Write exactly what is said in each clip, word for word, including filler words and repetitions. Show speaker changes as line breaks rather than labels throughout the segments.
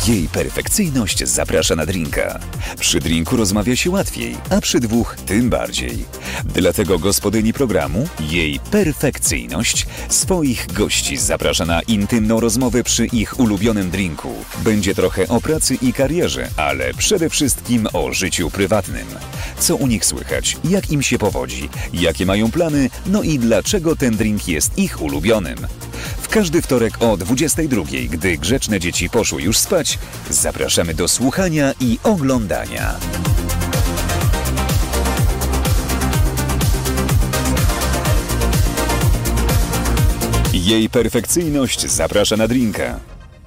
Jej perfekcyjność zaprasza na drinka. Przy drinku rozmawia się łatwiej, a przy dwóch tym bardziej. Dlatego gospodyni programu, jej perfekcyjność, swoich gości zaprasza na intymną rozmowę przy ich ulubionym drinku. Będzie trochę o pracy i karierze, ale przede wszystkim o życiu prywatnym. Co u nich słychać, jak im się powodzi, jakie mają plany, no i dlaczego ten drink jest ich ulubionym. W każdy wtorek o dwudziestej drugiej, gdy grzeczne dzieci poszły już spać, zapraszamy do słuchania i oglądania. Jej perfekcyjność zaprasza na drinka.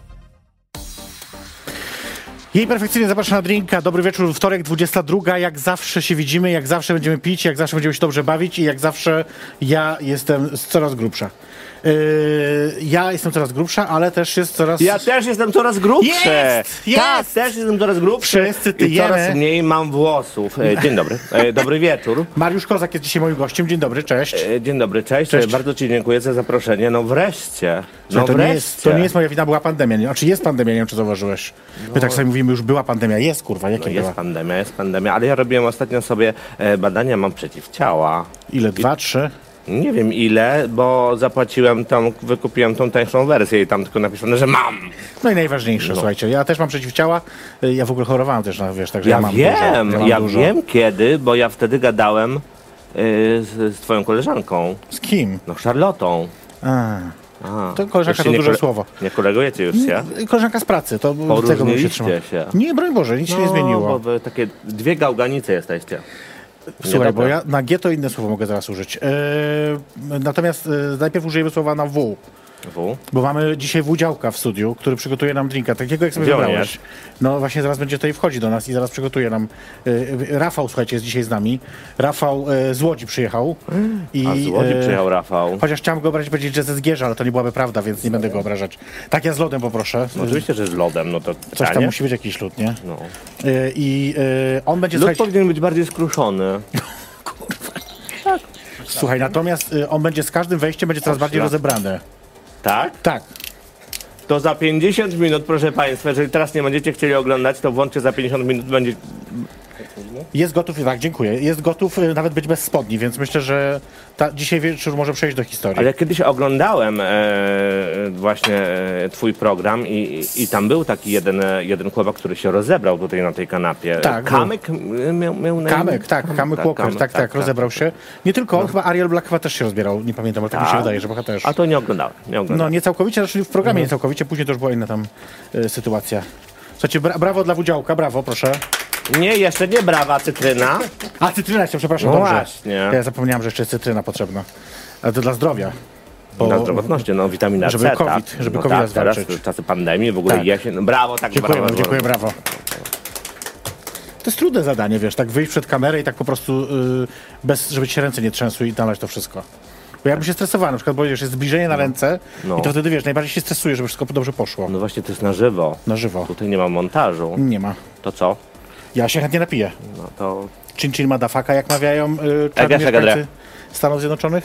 Jej perfekcyjnie zapraszam na drinka. Dobry wieczór, wtorek, dwudziesta druga. Jak zawsze się widzimy, jak zawsze będziemy pić, jak zawsze będziemy się dobrze bawić i jak zawsze ja jestem coraz grubsza. Yy, ja jestem coraz grubsza, ale też jest coraz...
Ja też jestem coraz grubszy.
Jest! Jest!
Tak, też jestem coraz grubszy.
Wszyscy
I
tyjemy.
coraz mniej mam włosów. E, Dzień dobry. E, Dobry wieczór.
Mariusz Kozak jest dzisiaj moim gościem. Dzień dobry, cześć.
E, Dzień dobry, cześć.
Cześć.
E, Bardzo ci dziękuję za zaproszenie. No wreszcie. No
Słuchaj, to,
wreszcie.
nie jest, to nie jest moja wina, była pandemia. Nie? Znaczy jest pandemia, nie wiem czy zauważyłeś. My tak sobie mówimy, już była pandemia. Jest kurwa, jakie
No jest
była?
pandemia, jest pandemia, ale ja robiłem ostatnio sobie e, badania, mam przeciwciała.
Ile? Dwa, trzy?
Nie wiem ile, bo zapłaciłem tą, wykupiłem tą tańszą wersję i tam tylko napisane, że mam.
No i najważniejsze,
No.
słuchajcie, ja też mam przeciwciała. Ja w ogóle chorowałem też, na, wiesz, także ja,
Ja
mam
wiem,
dużo. Ja,
ja
mam dużo.
wiem kiedy, bo ja wtedy gadałem y, z, z twoją koleżanką,
Z kim?
no Charlottą.
A,
A,
to koleżanka
już się
to
nie
duże
kole-
słowo.
Nie kolegujecie już się?
Koleżanka z pracy, to tego bym się
Poróżniliście
trzymał.
się.
Nie, broń Boże, nic się nie
No,
zmieniło.
bo wy takie dwie gałganice jesteście.
Słuchaj,
Niedobre.
bo ja na G to inne słowo mogę teraz użyć. Eee, natomiast e, najpierw użyjemy słowa na W,
W?
bo mamy dzisiaj Wódziałka w studiu, który przygotuje nam drinka, takiego jak sobie
Gdzie on
wybrałeś.
jest?
No właśnie zaraz będzie tutaj wchodzi do nas i zaraz przygotuje nam. E, Rafał, słuchajcie, jest dzisiaj z nami. Rafał e, z Łodzi przyjechał. I,
A z Łodzi
e,
przyjechał Rafał.
Chociaż chciałem go obrazić i powiedzieć, że ze Zgierza, ale to nie byłaby prawda, więc nie będę go obrażać. Tak, ja z lodem poproszę.
No, oczywiście, że z lodem, no to
Coś tam
pytanie.
musi być jakiś lód, nie?
No.
E, I e, on będzie,
Lód
słuchajcie,
powinien być bardziej skruszony.
słuchaj, natomiast e, on będzie z każdym wejściem będzie coraz bardziej
szlak.
rozebrany.
Tak?
Tak.
To za pięćdziesiąt minut, proszę państwa, jeżeli teraz nie będziecie chcieli oglądać, to włączcie za pięćdziesiąt minut, będzie...
Jest gotów, tak, dziękuję. Jest gotów y, nawet być bez spodni, więc myślę, że ta, dzisiaj wieczór może przejść do historii.
Ale ja kiedyś oglądałem e, właśnie e, twój program i, i, i tam był taki jeden, e, jeden chłopak, który się rozebrał tutaj na tej kanapie.
Tak,
Kamyk m- miał, miał na imię?
Kamek, tak, Kamek Walker, tak, tak,
Kamyk,
rozebrał się. Nie tylko on, chyba Ariel Black chyba też się rozbierał, nie pamiętam, ale tak mi się
Tak.
wydaje, że chyba też.
A to nie oglądałem, nie
No
oglądałem.
nie całkowicie, znaczy w programie
Mhm.
nie całkowicie, później to już była inna tam y, sytuacja. Słuchajcie, bra brawo dla Wódziałka, brawo, proszę.
Nie, jeszcze nie brawa cytryna.
A, cytryna jeszcze, przepraszam,
No
dobrze.
właśnie.
Ja zapomniałem, że jeszcze jest cytryna potrzebna. Ale to dla zdrowia. Bo-
Na zdrowotności, no witamina
żeby
C,
COVID,
tak.
żeby
no,
kowida
tak, teraz
zwalczyć.
w czasy pandemii w ogóle
Tak.
je się, no, brawo, tak,
Dziękuję,
brawo.
dziękuję, brawo. To jest trudne zadanie, wiesz, tak wyjść przed kamerę i tak po prostu, y, bez, żeby ci się ręce nie trzęsły i nalać to wszystko. Bo jakbym się stresowałem, na przykład, bo wiesz, jest zbliżenie na ręce
No.
i to wtedy, wiesz, najbardziej się stresuje, żeby wszystko dobrze poszło.
No właśnie, to jest na żywo.
Na żywo.
Tutaj nie ma montażu.
Nie ma.
To co?
Ja się chętnie napiję.
No to...
Chin chin madafaka, jak mawiają y, czarni
Ega, ega,
mieszkańcy Stanów Zjednoczonych.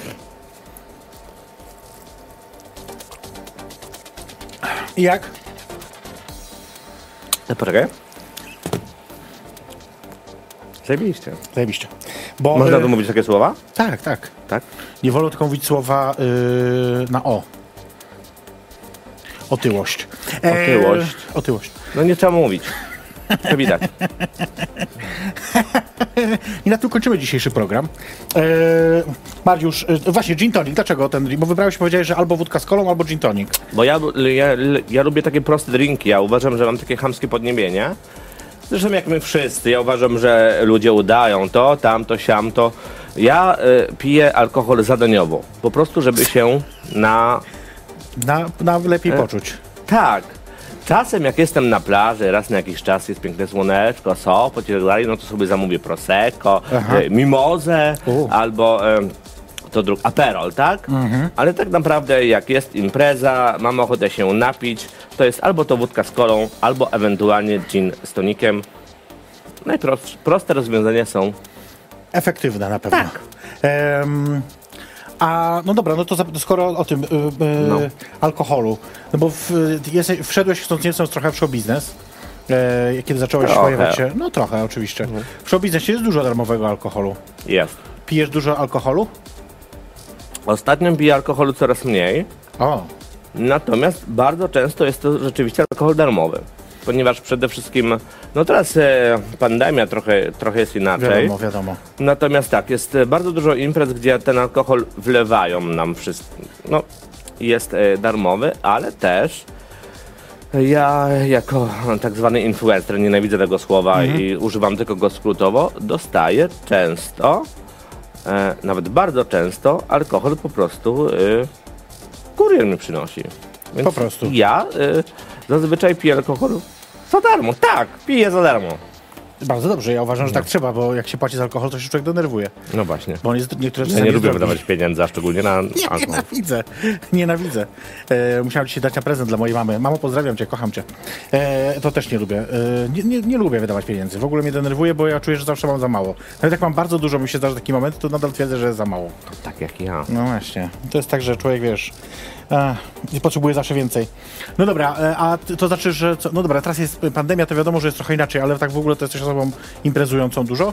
I jak?
E, Poczekaj. Zajebiście.
Zajebiście. Bo,
Można
y,
tu mówić takie słowa?
Tak, tak.
Tak?
Nie wolno tylko mówić słowa y, na o. Otyłość.
Otyłość.
E, otyłość.
No nie trzeba mówić. To widać.
I na tym kończymy dzisiejszy program. E, Mariusz, e, właśnie gin tonic, dlaczego ten drink? Bo wybrałeś i powiedziałeś, że albo wódka z kolą, albo gin tonic.
Bo ja, ja, ja lubię takie proste drinki. Ja uważam, że mam takie chamskie podniebienie. Zresztą jak my wszyscy. Ja uważam, że ludzie udają to, tamto, siamto. Ja y, piję alkohol zadaniowo. Po prostu, żeby się na...
Na, na lepiej poczuć.
Tak. Czasem jak jestem na plaży, raz na jakiś czas jest piękne słoneczko, sopot i tak dalej, no to sobie zamówię prosecco,
Aha.
e, mimozę
U.
albo e, to drug aperol, tak? Ale tak naprawdę jak jest impreza, mam ochotę się napić, to jest albo to wódka z kolą, albo ewentualnie gin z tonikiem. Najproste rozwiązania są...
Efektywne na pewno.
Tak.
Em, A no dobra, no to za- skoro o tym y, y,
No.
alkoholu, no bo w, jest, wszedłeś chcąc nie chcąc trochę w show biznes, e, kiedy zacząłeś
Trochę.
pojawiać się, no trochę oczywiście. W show biznesie jest dużo darmowego alkoholu.
Jest.
Pijesz dużo alkoholu?
Ostatnio piję alkoholu coraz mniej,
O,
natomiast bardzo często jest to rzeczywiście alkohol darmowy. Ponieważ przede wszystkim, no teraz e, pandemia trochę, trochę jest inaczej.
wiadomo, wiadomo.
Natomiast tak, jest e, bardzo dużo imprez, gdzie ten alkohol wlewają nam wszystkim. No, jest e, darmowy, ale też ja jako tak zwany influencer, nienawidzę tego słowa i używam tylko go skrótowo, dostaję często, e, nawet bardzo często, alkohol po prostu e, kurier mi przynosi. Więc
Po prostu.
ja e, zazwyczaj piję alkohol za darmo. Tak, piję za darmo.
Bardzo dobrze, ja uważam, że tak trzeba, bo jak się płaci za alkohol, to się człowiek denerwuje.
No właśnie.
Bo on jest niektóre
Ja
czasami
nie lubię
zdrowi.
wydawać pieniędzy, a szczególnie na
Nie,
alkohol.
nienawidzę, nienawidzę. E, musiałem ci się dać na prezent dla mojej mamy. Mamo, pozdrawiam cię, kocham cię. E, to też nie lubię. E, nie, nie, nie lubię wydawać pieniędzy. W ogóle mnie denerwuje, bo ja czuję, że zawsze mam za mało. Nawet jak mam bardzo dużo, mi się zdarzy taki moment, to nadal twierdzę, że jest za mało.
Tak jak ja.
No właśnie. To jest tak, że człowiek, wiesz, e, potrzebuje zawsze więcej. No dobra, e, a t- to znaczy, że... Co, no dobra, teraz jest pandemia, to wiadomo, że jest trochę inaczej, ale tak w ogóle to jesteś osobą imprezującą dużo?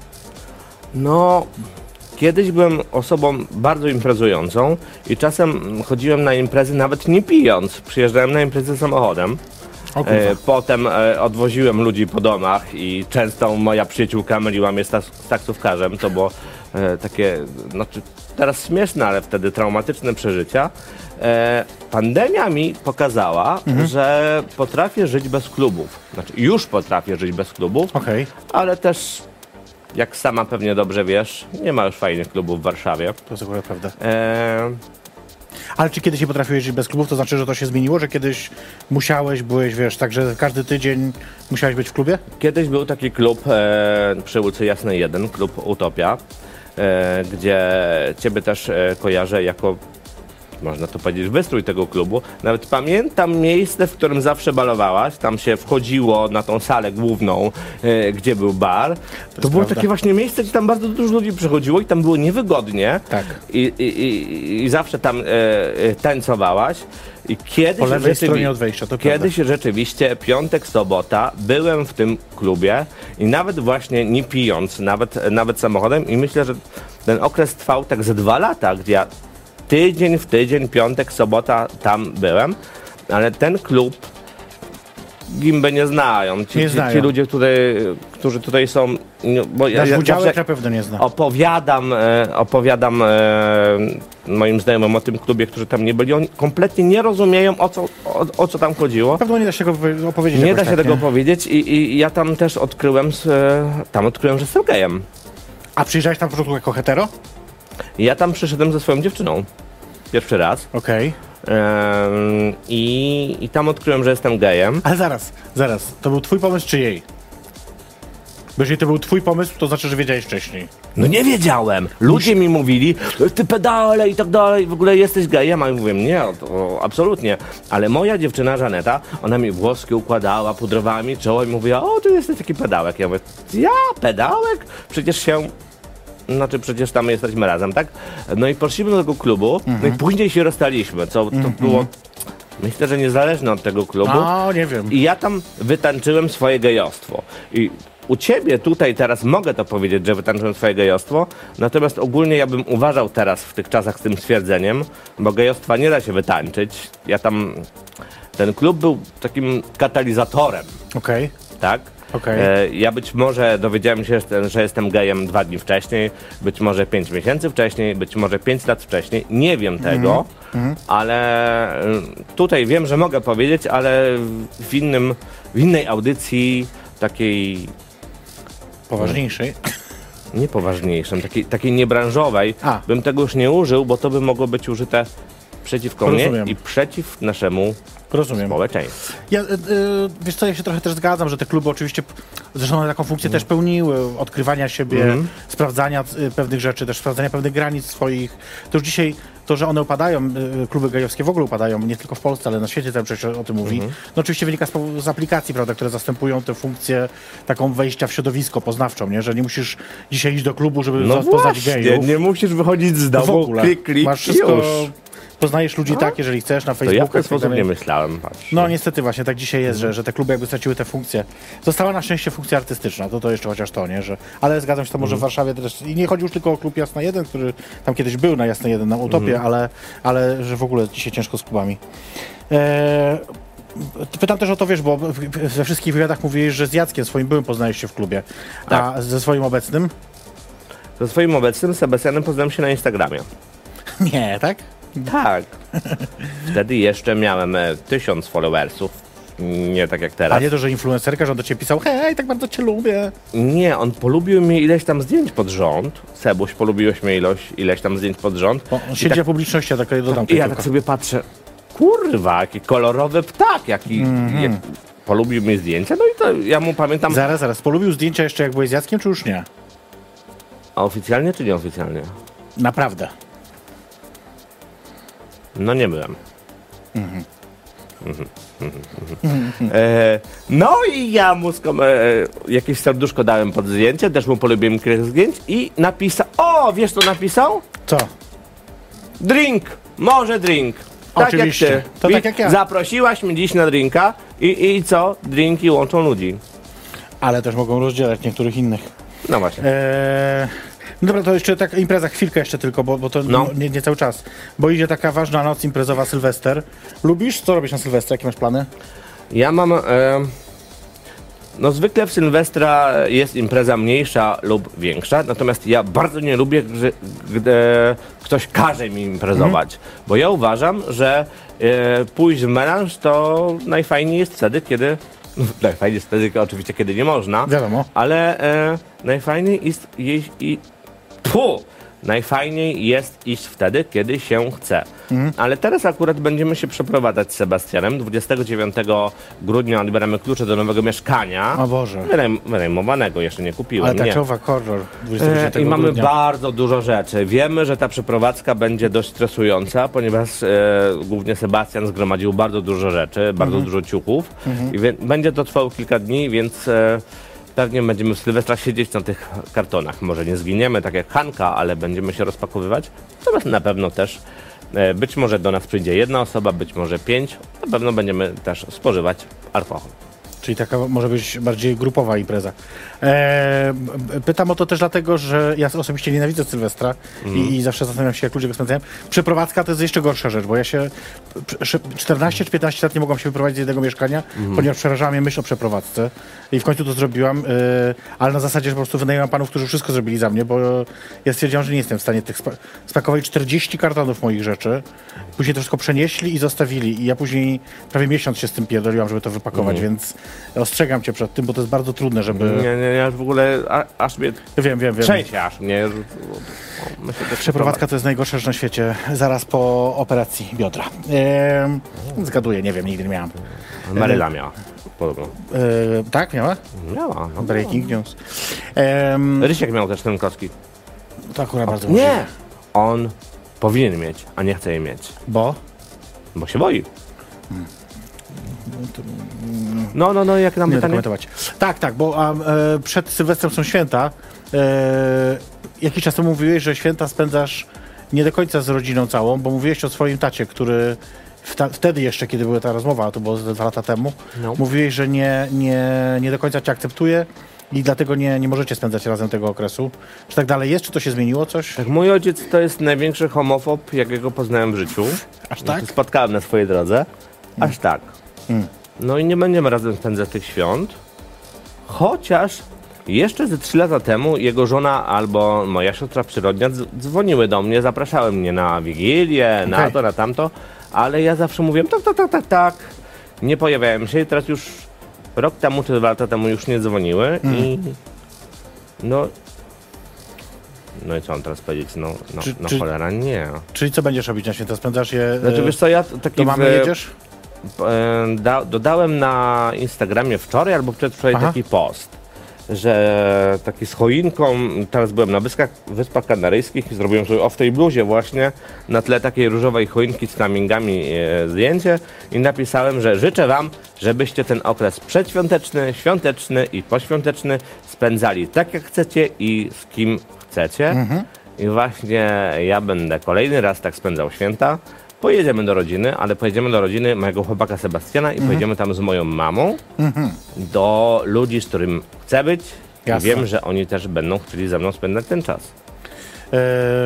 No, kiedyś byłem osobą bardzo imprezującą i czasem chodziłem na imprezy nawet nie pijąc. Przyjeżdżałem na imprezy samochodem.
O kurwa.
E, potem e, odwoziłem ludzi po domach i często moja przyjaciółka myliła mnie z, tas- z taksówkarzem. To było e, takie, znaczy teraz śmieszne, ale wtedy traumatyczne przeżycia. E, pandemia mi pokazała, że potrafię żyć bez klubów. Znaczy już potrafię żyć bez klubów,
Okej.
ale też, jak sama pewnie dobrze wiesz, nie ma już fajnych klubów w Warszawie.
To jest akurat prawda.
E,
Ale czy kiedyś nie potrafiłeś żyć bez klubów, to znaczy, że to się zmieniło, że kiedyś musiałeś, byłeś, wiesz, tak, że każdy tydzień musiałeś być w klubie?
Kiedyś był taki klub e, przy ulicy Jasnej jeden, klub Utopia, e, gdzie ciebie też e, kojarzę jako, można to powiedzieć, wystrój tego klubu. Nawet pamiętam miejsce, w którym zawsze balowałaś. Tam się wchodziło na tą salę główną, e, gdzie był bar. To, było
prawda.
takie właśnie miejsce, gdzie tam bardzo dużo ludzi przychodziło i tam było niewygodnie.
Tak.
I, i, i, i zawsze tam e, e, tańcowałaś. I kiedyś
Po lewej
rzeczywi-
stronie od wejścia, to
Kiedyś rzeczywiście piątek, sobota byłem w tym klubie i nawet właśnie nie pijąc, nawet, nawet samochodem i myślę, że ten okres trwał tak ze dwa lata, gdzie ja tydzień w tydzień, piątek, sobota tam byłem, ale ten klub gimbę nie znają. Ci,
Nie
ci,
znają.
ci ludzie, tutaj, którzy tutaj są, nie- bo ja,
Dasz
ja
udziałek
zawsze
na pewno nie zna.
opowiadam, e, opowiadam e, moim znajomym o tym klubie, którzy tam nie byli, oni kompletnie nie rozumieją, o co, o, o co tam chodziło.
Na pewno nie da się tego wy- opowiedzieć
Nie
jakoś
da się
tak,
tego
nie?
powiedzieć i, i ja tam też odkryłem, z, e, tam odkryłem, że jestem gejem.
A przyjeżdżałeś tam w początku jako hetero?
I ja tam przyszedłem ze swoją dziewczyną. Pierwszy raz.
Okej.
Em, i, I tam odkryłem, że jestem gejem.
Ale zaraz, zaraz. To był twój pomysł czy jej? Bo jeżeli to był twój pomysł, to znaczy, że wiedziałeś wcześniej.
No nie wiedziałem. Ludzie mi mówili, ty pedale i tak dalej, w ogóle jesteś gejem. A ja mówię, nie, to absolutnie. Ale moja dziewczyna Żaneta, ona mi włoski układała, pudrowała mi czoło i mówiła, o, ty jesteś taki pedałek. Ja mówię, ja pedałek? Przecież się... Znaczy przecież tam jesteśmy razem, tak? No i poszliśmy do tego klubu, no i później się rozstaliśmy, co to było, myślę, że niezależne od tego klubu.
No, nie wiem.
I ja tam wytańczyłem swoje gejostwo. I u ciebie tutaj teraz mogę to powiedzieć, że wytańczyłem swoje gejostwo, natomiast ogólnie ja bym uważał teraz w tych czasach z tym stwierdzeniem, bo gejostwa nie da się wytańczyć. Ja tam, ten klub był takim katalizatorem,
Okej.
tak?
Okej.
E, ja być może dowiedziałem się, że jestem gejem dwa dni wcześniej, być może pięć miesięcy wcześniej, być może pięć lat wcześniej. Nie wiem tego, ale y, tutaj wiem, że mogę powiedzieć, ale w, innym, w innej audycji, takiej
Poważniejszej.
niepoważniejszej, takiej, takiej niebranżowej,
A.
bym tego już nie użył, bo to by mogło być użyte przeciwko
Rozumiem.
mnie i przeciw naszemu
Rozumiem.
społeczeństwu.
Ja, y, y, wiesz co, ja się trochę też zgadzam, że te kluby oczywiście, zresztą one taką funkcję też pełniły, odkrywania siebie,
Mhm.
sprawdzania y, pewnych rzeczy, też sprawdzania pewnych granic swoich. To już dzisiaj, to, że one upadają, y, kluby gejowskie w ogóle upadają, nie tylko w Polsce, ale na świecie tam przecież o tym mówi.
Mhm.
No oczywiście wynika z, po- z aplikacji, prawda, które zastępują tę funkcję taką wejścia w środowisko poznawczą, nie? Że nie musisz dzisiaj iść do klubu, żeby
No
poznać
właśnie,
gejów.
nie musisz wychodzić z
w
domu,
ogóle.
klik, klik
Masz
i
wszystko,
już.
poznajesz ludzi tak, jeżeli chcesz, na
To ja w
Facebooku.
ten sposób nie myślałem, patrz.
No niestety właśnie tak dzisiaj jest, że, że te kluby jakby straciły tę funkcję. Została na szczęście funkcja artystyczna, to to jeszcze chociaż to, nie? Że, ale zgadzam się, to może w Warszawie też, i nie chodzi już tylko o klub Jasna jeden, który tam kiedyś był na Jasnej jeden, na Utopie, ale, ale że w ogóle dzisiaj ciężko z klubami. Eee, Pytam też o to, wiesz, bo w- w- we wszystkich wywiadach mówiłeś, że z Jackiem swoim byłym poznałeś się w klubie, a
Tak.
ze swoim obecnym?
Ze swoim obecnym Sebastianem poznałem się na Instagramie.
Nie, tak?
Tak. Wtedy jeszcze miałem e, tysiąc followersów. Nie tak jak teraz.
A nie to, że influencerka, że on do ciebie pisał, hej, tak bardzo cię lubię.
Nie, on polubił mnie ileś tam zdjęć pod rząd. Sebuś, polubiłeś mnie ileś, ileś tam zdjęć pod rząd.
Bo on siedzi
tak-
w publiczności, ja tak dodam.
I ja
tylko.
tak sobie patrzę, kurwa, jaki kolorowy ptak, jaki... Jak polubił mi zdjęcia, no i to ja mu pamiętam...
Zaraz, zaraz, polubił zdjęcia jeszcze jak byłeś z Jackiem, czy już nie?
A oficjalnie czy nieoficjalnie?
Naprawdę.
No nie byłem. Mhm. Mhm, mhm. E, no i ja mu skom- e, jakieś serduszko dałem pod zdjęcie, też mu polubiłem kilka zdjęć i napisał, o, wiesz co napisał?
Co?
Drink, może drink. Tak
Oczywiście.
jak ty.
To
I
tak jak ja.
Zaprosiłaś mnie dziś na drinka i, i co? Drinki łączą ludzi.
Ale też mogą rozdzielać niektórych innych.
No właśnie.
Eee, no dobra, to jeszcze tak impreza, chwilkę jeszcze tylko, bo, bo to
No.
nie, nie cały czas. Bo idzie taka ważna noc imprezowa, Sylwester. Lubisz? Co robisz na Sylwestra? Jakie masz plany?
Ja mam... E, no zwykle w Sylwestra jest impreza mniejsza lub większa, natomiast ja bardzo nie lubię, gdy, gdy ktoś każe mi imprezować, bo ja uważam, że e, pójść w melanż to najfajniej jest wtedy, kiedy... No, najfajniej jest wtedy, oczywiście, kiedy nie można,
Wiadomo.
ale e, najfajniej jest jeść i... Puh! Najfajniej jest iść wtedy, kiedy się chce.
Mhm.
Ale teraz akurat będziemy się przeprowadzać z Sebastianem. dwudziestego dziewiątego grudnia odbieramy klucze do nowego mieszkania.
O Boże.
Wynajm- wynajmowanego, jeszcze nie kupiłem.
Ale
nie.
taczowa horror dwudziestego
E,
dziewiątego
I mamy
grudnia.
bardzo dużo rzeczy. Wiemy, że ta przeprowadzka będzie dość stresująca, ponieważ e, głównie Sebastian zgromadził bardzo dużo rzeczy, bardzo
Mhm.
dużo ciuchów. I wie, będzie to trwało kilka dni, więc e, pewnie będziemy w Sylwestra siedzieć na tych kartonach. Może nie zginiemy tak jak Hanka, ale będziemy się rozpakowywać. Natomiast na pewno też e, być może do nas przyjdzie jedna osoba, być może pięć. Na pewno będziemy też spożywać alkohol.
Czyli taka może być bardziej grupowa impreza. Eee, b- pytam o to też dlatego, że ja osobiście nienawidzę Sylwestra i, i zawsze zastanawiam się, jak ludzie go spędzają. Przeprowadzka to jest jeszcze gorsza rzecz, bo ja się prze- czternaście czy piętnaście lat nie mogłam się wyprowadzić z jednego mieszkania, ponieważ przerażała mnie myśl o przeprowadzce. I w końcu to zrobiłam, yy, ale na zasadzie, że po prostu wynajęłam panów, którzy wszystko zrobili za mnie, bo ja stwierdziłam, że nie jestem w stanie tych spa- spakować czterdzieści kartonów moich rzeczy. Później to wszystko przenieśli i zostawili. I ja później prawie miesiąc się z tym pierdoliłam, żeby to wypakować, więc ostrzegam cię przed tym, bo to jest bardzo trudne, żeby...
Nie, nie, ja w ogóle a, aż mnie
Wiem, wiem, wiem.
trzęsie, aż mnie... Myślę, że
Przeprowadzka to jest najgorsza rzecz na świecie, zaraz po operacji biodra. Ehm, zgaduję, nie wiem, nigdy nie miałam.
Maryla miała, podobno.
Ehm, tak, miała?
Miała, no.
Breaking news. Ehm,
Rysiek miał też ten kostki.
to akurat bardzo
Nie!
możliwe.
On powinien mieć, a nie chce jej mieć.
Bo?
Bo się boi. No, no, no, jak nam
Nie
pytanie?
komentować. Tak, tak, bo a, e, przed Sylwestrem są święta. E, jakiś czas temu mówiłeś, że święta spędzasz nie do końca z rodziną całą, bo mówiłeś o swoim tacie, który wta, wtedy jeszcze, kiedy była ta rozmowa, to było ze dwa lata temu,
No.
mówiłeś, że nie, nie, nie do końca cię akceptuje i dlatego nie, nie możecie spędzać razem tego okresu. Czy tak dalej jest? Czy to się zmieniło coś?
Tak, mój ojciec to jest największy homofob, jakiego poznałem w życiu.
Aż tak?
Spotkałem na swojej drodze. Aż tak.
Mm.
No i nie będziemy razem spędzać tych świąt. Chociaż jeszcze ze trzy lata temu jego żona albo moja siostra przyrodnia dz- dzwoniły do mnie, zapraszały mnie na wigilię, na
Okej.
to, na tamto, ale ja zawsze mówiłem tak, tak, tak, tak, tak. Nie pojawiałem się i teraz już rok temu czy dwa lata temu już nie dzwoniły i no no i co mam teraz powiedzieć? No, no,
Czy-
no
czy-
cholera nie.
Czyli co będziesz robić na święta? Spędzasz je...
Znaczy
e,
wiesz co, ja taki
do mamy
w-
jedziesz?
E, da, dodałem na Instagramie wczoraj albo przedwczoraj
Aha.
taki post, że taki z choinką, teraz byłem na Wyspach, Wyspach Kanaryjskich i zrobiłem sobie o w tej bluzie właśnie na tle takiej różowej choinki z flamingami e, zdjęcie i napisałem, że życzę wam, żebyście ten okres przedświąteczny, świąteczny i poświąteczny spędzali tak jak chcecie i z kim chcecie. Mhm. I właśnie ja będę kolejny raz tak spędzał święta. Pojedziemy do rodziny, ale pojedziemy do rodziny mojego chłopaka Sebastiana i mhm. pojedziemy tam z moją mamą mhm. do ludzi, z którym chcę być. Jasne. I wiem, że oni też będą chcieli ze mną spędzać ten czas.
Eee,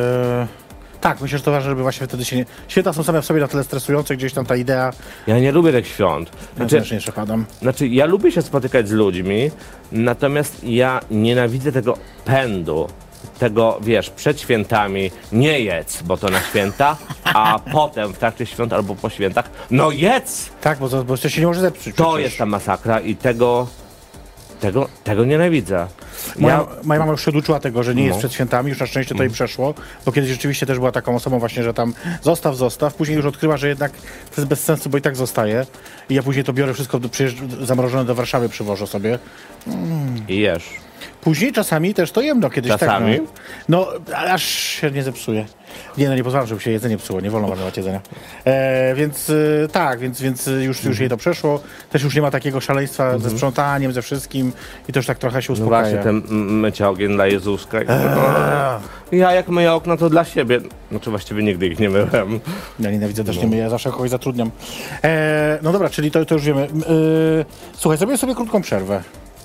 tak, myślę, że to ważne, żeby właśnie wtedy się nie... Święta są same w sobie na tyle stresujące, gdzieś tam ta idea...
Ja nie lubię tych świąt.
Znaczy, ja też nie przepadam.
Znaczy, ja lubię się spotykać z ludźmi, natomiast ja nienawidzę tego pędu. Tego, wiesz, przed świętami nie jedz, bo to na święta, a potem w trakcie świąt albo po świętach, no jedz!
Tak, bo to, bo to się nie może zepsuć.
To
przecież.
jest ta masakra i tego, tego, tego nienawidzę.
Moja,
Ja...
moja mama już się oduczyła tego, że nie
no.
jest przed świętami, już na szczęście to jej przeszło, bo kiedyś rzeczywiście też była taką osobą właśnie, że tam zostaw, zostaw, później już odkryła, że jednak to jest bez sensu, bo i tak zostaje i ja później to biorę wszystko do, zamrożone do Warszawy, przywożę sobie.
Mm. I jesz.
Później czasami też to jem, no kiedyś
czasami?
tak. No, no aż się nie zepsuje. Nie, no nie pozwalam, żeby się jedzenie psuło, nie wolno marnować jedzenia. E, więc e, tak, więc, więc już, już jej to przeszło. Też już nie ma takiego szaleństwa mm-hmm. ze sprzątaniem, ze wszystkim i to już tak trochę się uspokaja.
No właśnie, ten mycie okien dla Jezuska. I eee. Ja jak myję okna, to dla siebie. Znaczy właściwie nigdy ich nie myłem.
Ja nienawidzę też no. nie myję, ja zawsze kogoś zatrudniam. E, no dobra, czyli to, to już wiemy. E, słuchaj, zrobię sobie krótką przerwę.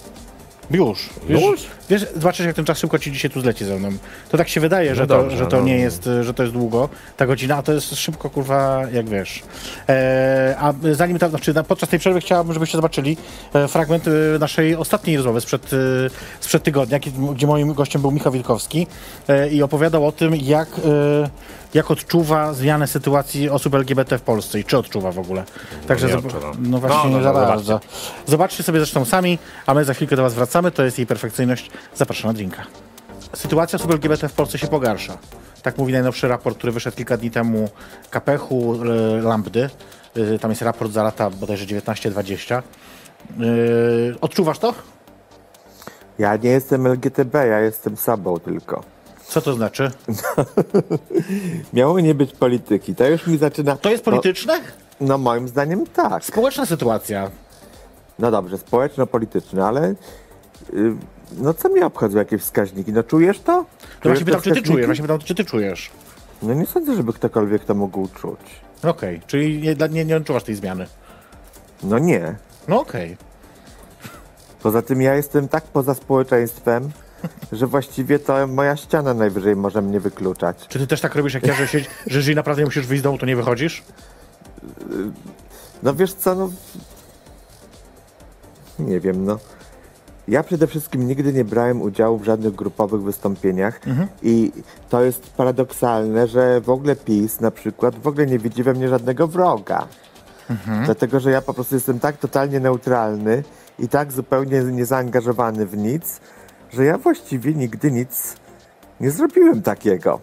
Już. Wiesz,
Już?
Wiesz, zobaczysz, jak ten czas szybko ci dzisiaj tu zleci ze mną. To tak się wydaje, że,
no
to,
dobrze,
że to
no.
nie jest, że to jest długo, ta godzina, a to jest szybko, kurwa, jak wiesz. E, a zanim, ta, znaczy podczas tej przerwy chciałabym, żebyście zobaczyli e, fragment e, naszej ostatniej rozmowy sprzed, e, sprzed tygodnia, kiedy, gdzie moim gościem był Michał Witkowski e, i opowiadał o tym, jak, e, jak odczuwa zmianę sytuacji osób L G B T w Polsce i czy odczuwa w ogóle. Także
no,
zob- no właśnie no, no,
nie za
no,
bardzo.
Zobaczcie. zobaczcie sobie zresztą sami, a my za chwilkę do was wracamy. To jest jej perfekcyjność. Zapraszam na drinka. Sytuacja osób L G B T w Polsce się pogarsza. Tak mówi najnowszy raport, który wyszedł kilka dni temu Kapechu, y, Lambdy. Y, tam jest raport za lata bodajże dziewiętnaście dwadzieścia. Y, odczuwasz to?
Ja nie jestem L G T B, ja jestem sabą tylko.
Co to znaczy?
Miało nie być polityki. To już mi zaczyna...
To jest polityczne?
No, no moim zdaniem tak.
Społeczna sytuacja.
No dobrze, społeczno-polityczne, ale... Yy, no co mnie obchodzą jakieś wskaźniki? No czujesz to?
No
Czujesz
właśnie pytam, czy ty
wskaźniki?
czujesz. Właśnie pytam, czy ty czujesz.
No nie sądzę, żeby ktokolwiek to mógł czuć.
Okej, okay. Czyli nie, nie, nie odczuwasz tej zmiany.
No nie.
No okej. Okay.
Poza tym ja jestem tak poza społeczeństwem, że właściwie to moja ściana najwyżej może mnie wykluczać.
Czy ty też tak robisz jak ja, że, się, że jeżeli naprawdę nie musisz wyjść z domu, to nie wychodzisz?
No wiesz co, no... Nie wiem, no... Ja przede wszystkim nigdy nie brałem udziału w żadnych grupowych wystąpieniach mhm. i to jest paradoksalne, że w ogóle PiS na przykład w ogóle nie widzi we mnie żadnego wroga. Mhm. Dlatego, że ja po prostu jestem tak totalnie neutralny i tak zupełnie niezaangażowany w nic, że ja właściwie nigdy nic nie zrobiłem takiego.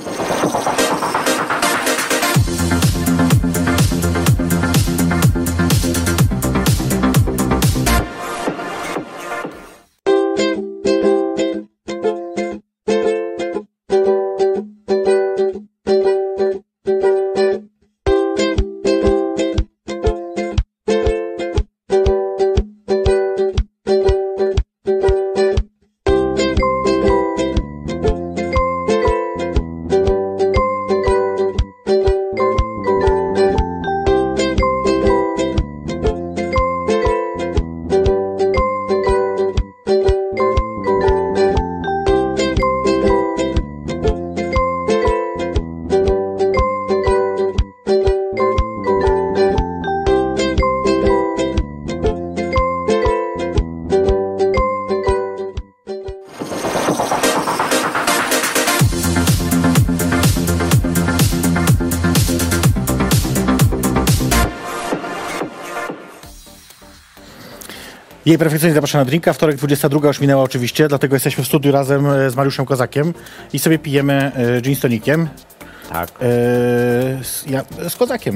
Jej perfekcyjnie zapraszam na drinka. Wtorek dwudziesta druga już minęła oczywiście, dlatego jesteśmy w studiu razem z Mariuszem Kozakiem i sobie pijemy e, gin z tonikiem.
Tak.
E, z, ja, z Kozakiem.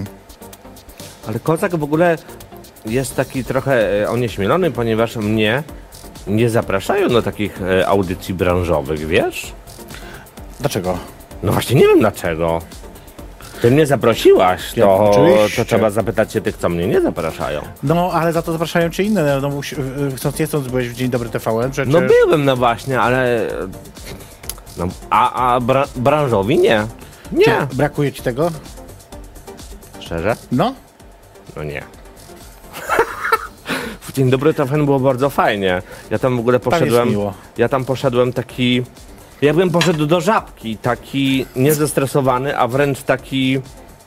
Ale Kozak w ogóle jest taki trochę onieśmielony, ponieważ mnie nie zapraszają do takich e, audycji branżowych, wiesz?
Dlaczego?
No właśnie nie wiem dlaczego. Ty mnie zaprosiłaś,
Ja,
to,
oczywiście.
to trzeba zapytać się tych, co mnie nie zapraszają.
No, ale za to zapraszają cię inne. No, musi- y, chcąc nie chcąc, byłeś w Dzień Dobry T V N przecież.
No byłem, no właśnie, ale... No, a a bra branżowi nie. Nie.
Czy brakuje ci tego?
Szczerze?
No?
No nie. W Dzień Dobry T V N było bardzo fajnie. Ja tam w ogóle poszedłem...
miło.
Ja tam poszedłem taki... Jakbym poszedł do Żabki, taki niezestresowany, a wręcz taki...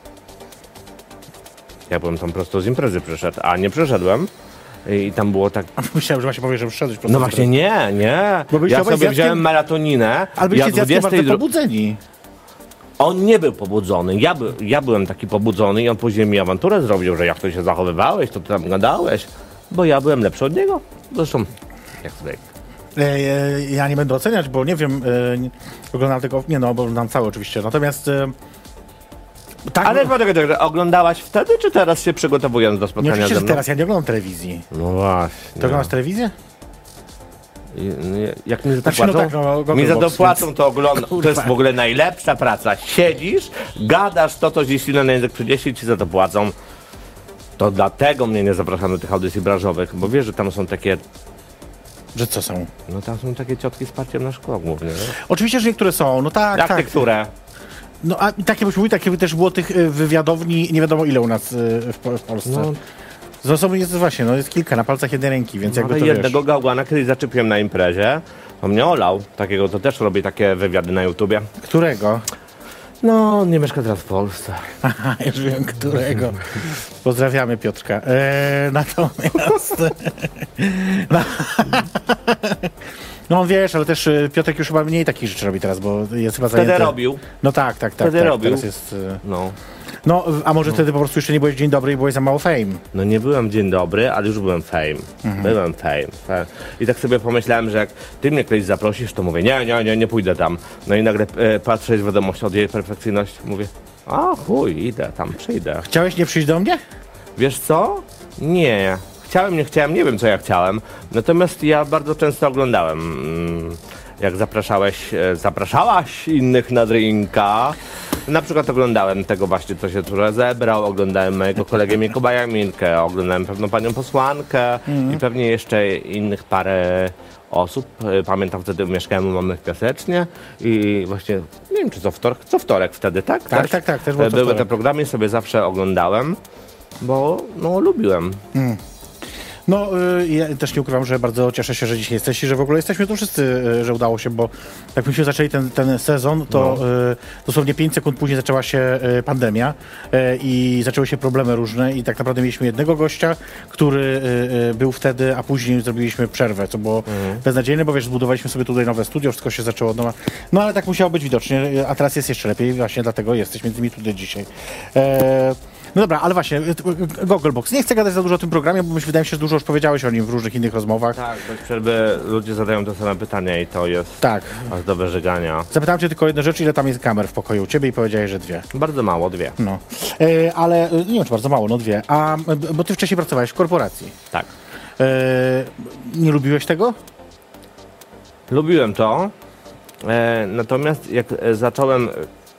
Ja byłem tam prosto z imprezy przyszedł, a nie przyszedłem. I tam było tak...
Myślałem, że właśnie powiesz, że przyszedłeś po prostu.
No właśnie nie, nie.
Bo byliście
Ja
obaj z
sobie
Jackiem-
wziąłem melatoninę.
Ale byliście
ja
z Jackiem bardzo
dwudziestej
pobudzeni.
On nie był pobudzony. Ja, by, ja byłem taki pobudzony i on później mi awanturę zrobił, że jak to się zachowywałeś, to ty tam gadałeś. Bo ja byłem lepszy od niego. Zresztą, jak zwykle.
E, e, ja nie będę oceniać, bo nie wiem, e, nie, oglądam tylko, nie no, oglądam cały oczywiście, natomiast e, tak,
Ale
no,
poczekaj, poczekaj, oglądałaś wtedy, czy teraz się przygotowując do
nie
spotkania
oczywiście,
ze
że
mną?
teraz ja nie oglądam telewizji.
No właśnie.
Ty oglądasz telewizję?
I- nie- Jak mi za to
Znaczy, no
płacą,
tak, no, Google
mi za to
Box,
płacą,
więc-
to oglądam. To jest
Kurwa.
w ogóle najlepsza praca. Siedzisz, gadasz to, co ci silne na język przyniesie i ci za to płacą. To dlatego mnie nie zapraszam do tych audycji branżowych, bo wiesz, że tam są takie,
Że co są?
no tam są takie ciotki z parciem na szkło głównie. Nie?
Oczywiście, że niektóre są, no tak,
Jak
tak.
te, które?
No a takie byśmy mówili, takie też było tych y, wywiadowni, nie wiadomo ile u nas y, w, Po- w Polsce.
No,
Z osoby jest właśnie, no jest kilka na palcach jednej ręki, więc jakby
ale
to
jednego
wiesz.
gałgana kiedyś zaczepiłem na imprezie. On mnie olał, takiego to też robi takie wywiady na YouTubie.
Którego?
No, on nie mieszka teraz w Polsce.
Aha, już wiem którego. Pozdrawiamy Piotrka. E, natomiast... no, no wiesz, ale też y, Piotrek już chyba mniej takich rzeczy robi teraz, bo jest chyba
Wtedy
zajęty.
robił.
No tak, tak, tak.
Wtedy
tak.
robił.
Teraz jest... y,
No.
No, a może wtedy po prostu jeszcze nie byłeś Dzień Dobry i byłeś za mało fame.
No nie byłem dzień dobry, ale już byłem fame. Byłem fame, fame. I tak sobie pomyślałem, że jak ty mnie kiedyś zaprosisz, to mówię, nie, nie, nie, nie pójdę tam. No i nagle e, patrzę z wiadomości od jej perfekcyjność, mówię, a chuj, idę, tam przyjdę.
Chciałeś nie przyjść do mnie?
Wiesz co? Nie. Chciałem, nie chciałem, nie wiem co ja chciałem. Natomiast ja bardzo często oglądałem, mm, jak zapraszałeś, e, zapraszałaś innych na drinka. Na przykład oglądałem tego właśnie, co się tu rozebrał, oglądałem mojego kolegę Mikołaja Milkę, oglądałem pewną panią posłankę i pewnie jeszcze innych parę osób. E, Pamiętam, wtedy mieszkałem u mamy w Piasecznie i właśnie, nie wiem czy co wtorek, co wtorek wtedy, tak?
Tak,
Też,
tak, tak, też było
e,
co
Były
wtorek.
te programy, sobie zawsze oglądałem, bo no lubiłem.
No, y, ja też nie ukrywam, że bardzo cieszę się, że dzisiaj jesteś i że w ogóle jesteśmy tu wszyscy, y, że udało się, bo jak myśmy zaczęli ten, ten sezon, to
No.
y, dosłownie pięć sekund później zaczęła się y, pandemia y, i zaczęły się problemy różne i tak naprawdę mieliśmy jednego gościa, który y, y, był wtedy, a później zrobiliśmy przerwę, co było
Mhm.
beznadziejne, bo wiesz, zbudowaliśmy sobie tutaj nowe studio, wszystko się zaczęło od nowa. No ale tak musiało być widocznie, y, a teraz jest jeszcze lepiej, właśnie dlatego jesteś między innymi tutaj dzisiaj. E, No dobra, ale właśnie, y, y, Gogglebox. Nie chcę gadać za dużo o tym programie, bo myślę, wydaje mi się, że dużo już powiedziałeś o nim w różnych innych rozmowach.
Tak, bez przerwy ludzie zadają te same pytania i to jest
Tak.
aż do wyżygania.
Zapytałem cię tylko o jedną rzecz, ile tam jest kamer w pokoju u ciebie i powiedziałeś, że dwie.
Bardzo mało, dwie.
No. E, ale, e, nie wiem, czy bardzo mało, no dwie. A, e, bo ty wcześniej pracowałeś w korporacji.
Tak.
E, nie lubiłeś tego?
Lubiłem to, e, natomiast jak e, zacząłem e,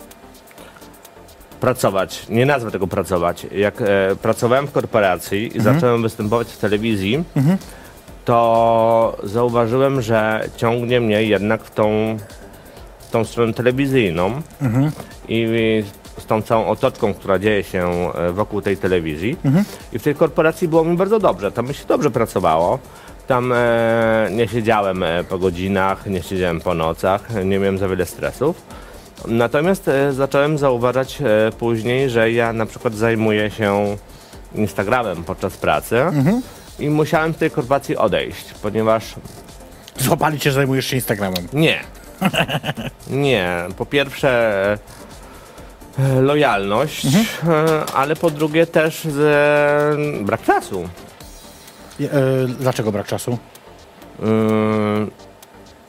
pracować, nie nazwę tego pracować, jak e, pracowałem w korporacji i zacząłem występować w telewizji, to zauważyłem, że ciągnie mnie jednak w tą, w tą stronę telewizyjną i z tą całą otoczką, która dzieje się e, wokół tej telewizji. I w tej korporacji było mi bardzo dobrze, tam mi się dobrze pracowało. Tam e, nie siedziałem e, po godzinach, nie siedziałem po nocach, nie miałem za wiele stresów. Natomiast e, zacząłem zauważać e, później, że ja na przykład zajmuję się Instagramem podczas pracy i musiałem z tej korporacji odejść, ponieważ
Złapali cię, że zajmujesz się Instagramem.
nie. Nie. Po pierwsze e, lojalność, e, ale po drugie też z, brak czasu.
E, dlaczego brak czasu?
Yy,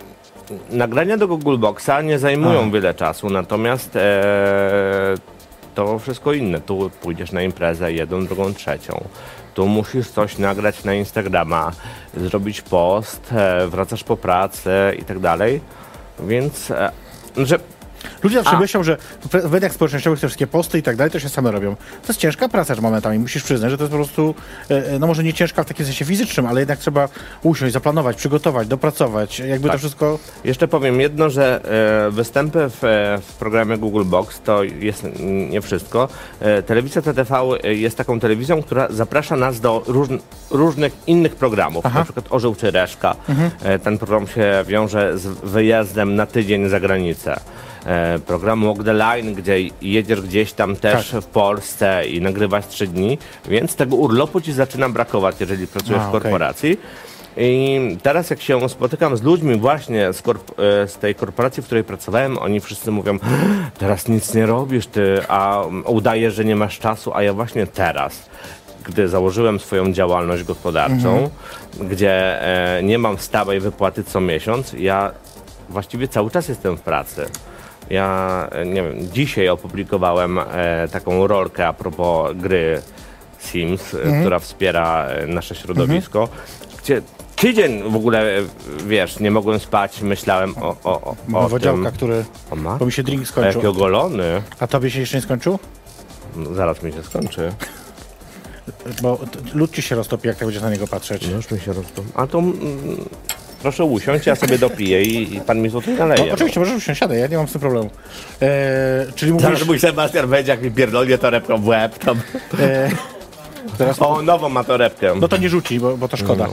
nagrania do Google Boxa nie zajmują
A.
wiele czasu, natomiast e, to wszystko inne. Tu pójdziesz na imprezę jedną, drugą, trzecią. Tu musisz coś nagrać na Instagrama, zrobić post, e, wracasz po pracy i tak dalej. Więc, e, że
Ludzie zawsze
A.
myślą, że w mediach społecznościowych te wszystkie posty i tak dalej to się same robią. To jest ciężka praca że momentami. Musisz przyznać, że to jest po prostu, e, no może nie ciężka w takim sensie fizycznym, ale jednak trzeba usiąść, zaplanować, przygotować, dopracować. Jakby
Tak.
to wszystko...
Jeszcze powiem jedno, że e, występy w, w programie Google Box to jest nie wszystko. E, telewizja T T V jest taką telewizją, która zaprasza nas do róż, różnych innych programów,
Aha.
na przykład Orzeł czy Reszka. E, ten program się wiąże z wyjazdem na tydzień za granicę. E, program Walk the Line, gdzie jedziesz gdzieś tam też
Tak.
w Polsce i nagrywasz trzy dni, więc tego urlopu ci zaczyna brakować, jeżeli pracujesz
A,
w
okej.
korporacji. I teraz jak się spotykam z ludźmi właśnie z, korp- e, z tej korporacji, w której pracowałem, oni wszyscy mówią, teraz nic nie robisz, ty, a udajesz, że nie masz czasu, a ja właśnie teraz, gdy założyłem swoją działalność gospodarczą, gdzie e, nie mam stałej wypłaty co miesiąc, ja właściwie cały czas jestem w pracy. Ja, e, nie wiem, dzisiaj opublikowałem e, taką rolkę a propos gry Sims, e, która wspiera e, nasze środowisko, gdzie tydzień w ogóle, e, wiesz, nie mogłem spać, myślałem o, o, o, o
Wodziałka,
tym.
który...
O ma?
Bo mi się drink
Jaki
skończył.
ogolony.
A tobie się jeszcze nie skończył?
No, zaraz mi się skończy.
Bo t- lód ci się roztopi, jak tak będziesz na niego patrzeć.
No już mi się rozpo... A to mm, proszę usiąść, ja sobie dopiję i, i pan mi złoty naleje.
No, oczywiście, możesz usiąść, siadaj, ja nie mam z tym problemu. E, czyli mówisz...
Zaraz mój Sebastian będzie, jak mi pierdolnie torebką w łeb. To...
E, teraz,
O, nową ma torebkę.
no to nie rzuci, bo, bo to szkoda.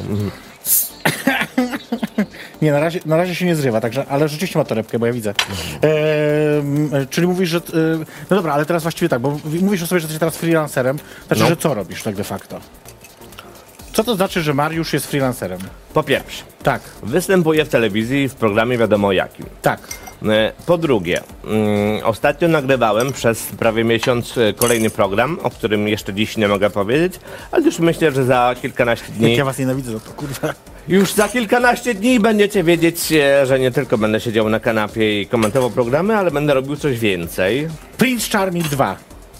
Nie, na razie, na razie się nie zrywa, także, ale rzeczywiście ma torebkę, bo ja widzę. E, m, czyli mówisz, że... E, no dobra, ale teraz właściwie tak, bo w- mówisz o sobie, że jesteś teraz freelancerem. Znaczy,
No.
że co robisz tak de facto? Co to znaczy, że Mariusz jest freelancerem?
Po pierwsze,
Tak,
występuję w telewizji w programie wiadomo jakim.
tak.
E, Po drugie, mm, ostatnio nagrywałem przez prawie miesiąc e, kolejny program, o którym jeszcze dziś nie mogę powiedzieć, ale już myślę, że za kilkanaście
Jak
dni,
ja was nienawidzę, to, to kurwa...
już za kilkanaście dni będziecie wiedzieć, e, że nie tylko będę siedział na kanapie i komentował programy, ale będę robił coś więcej.
Prince Charming dwa.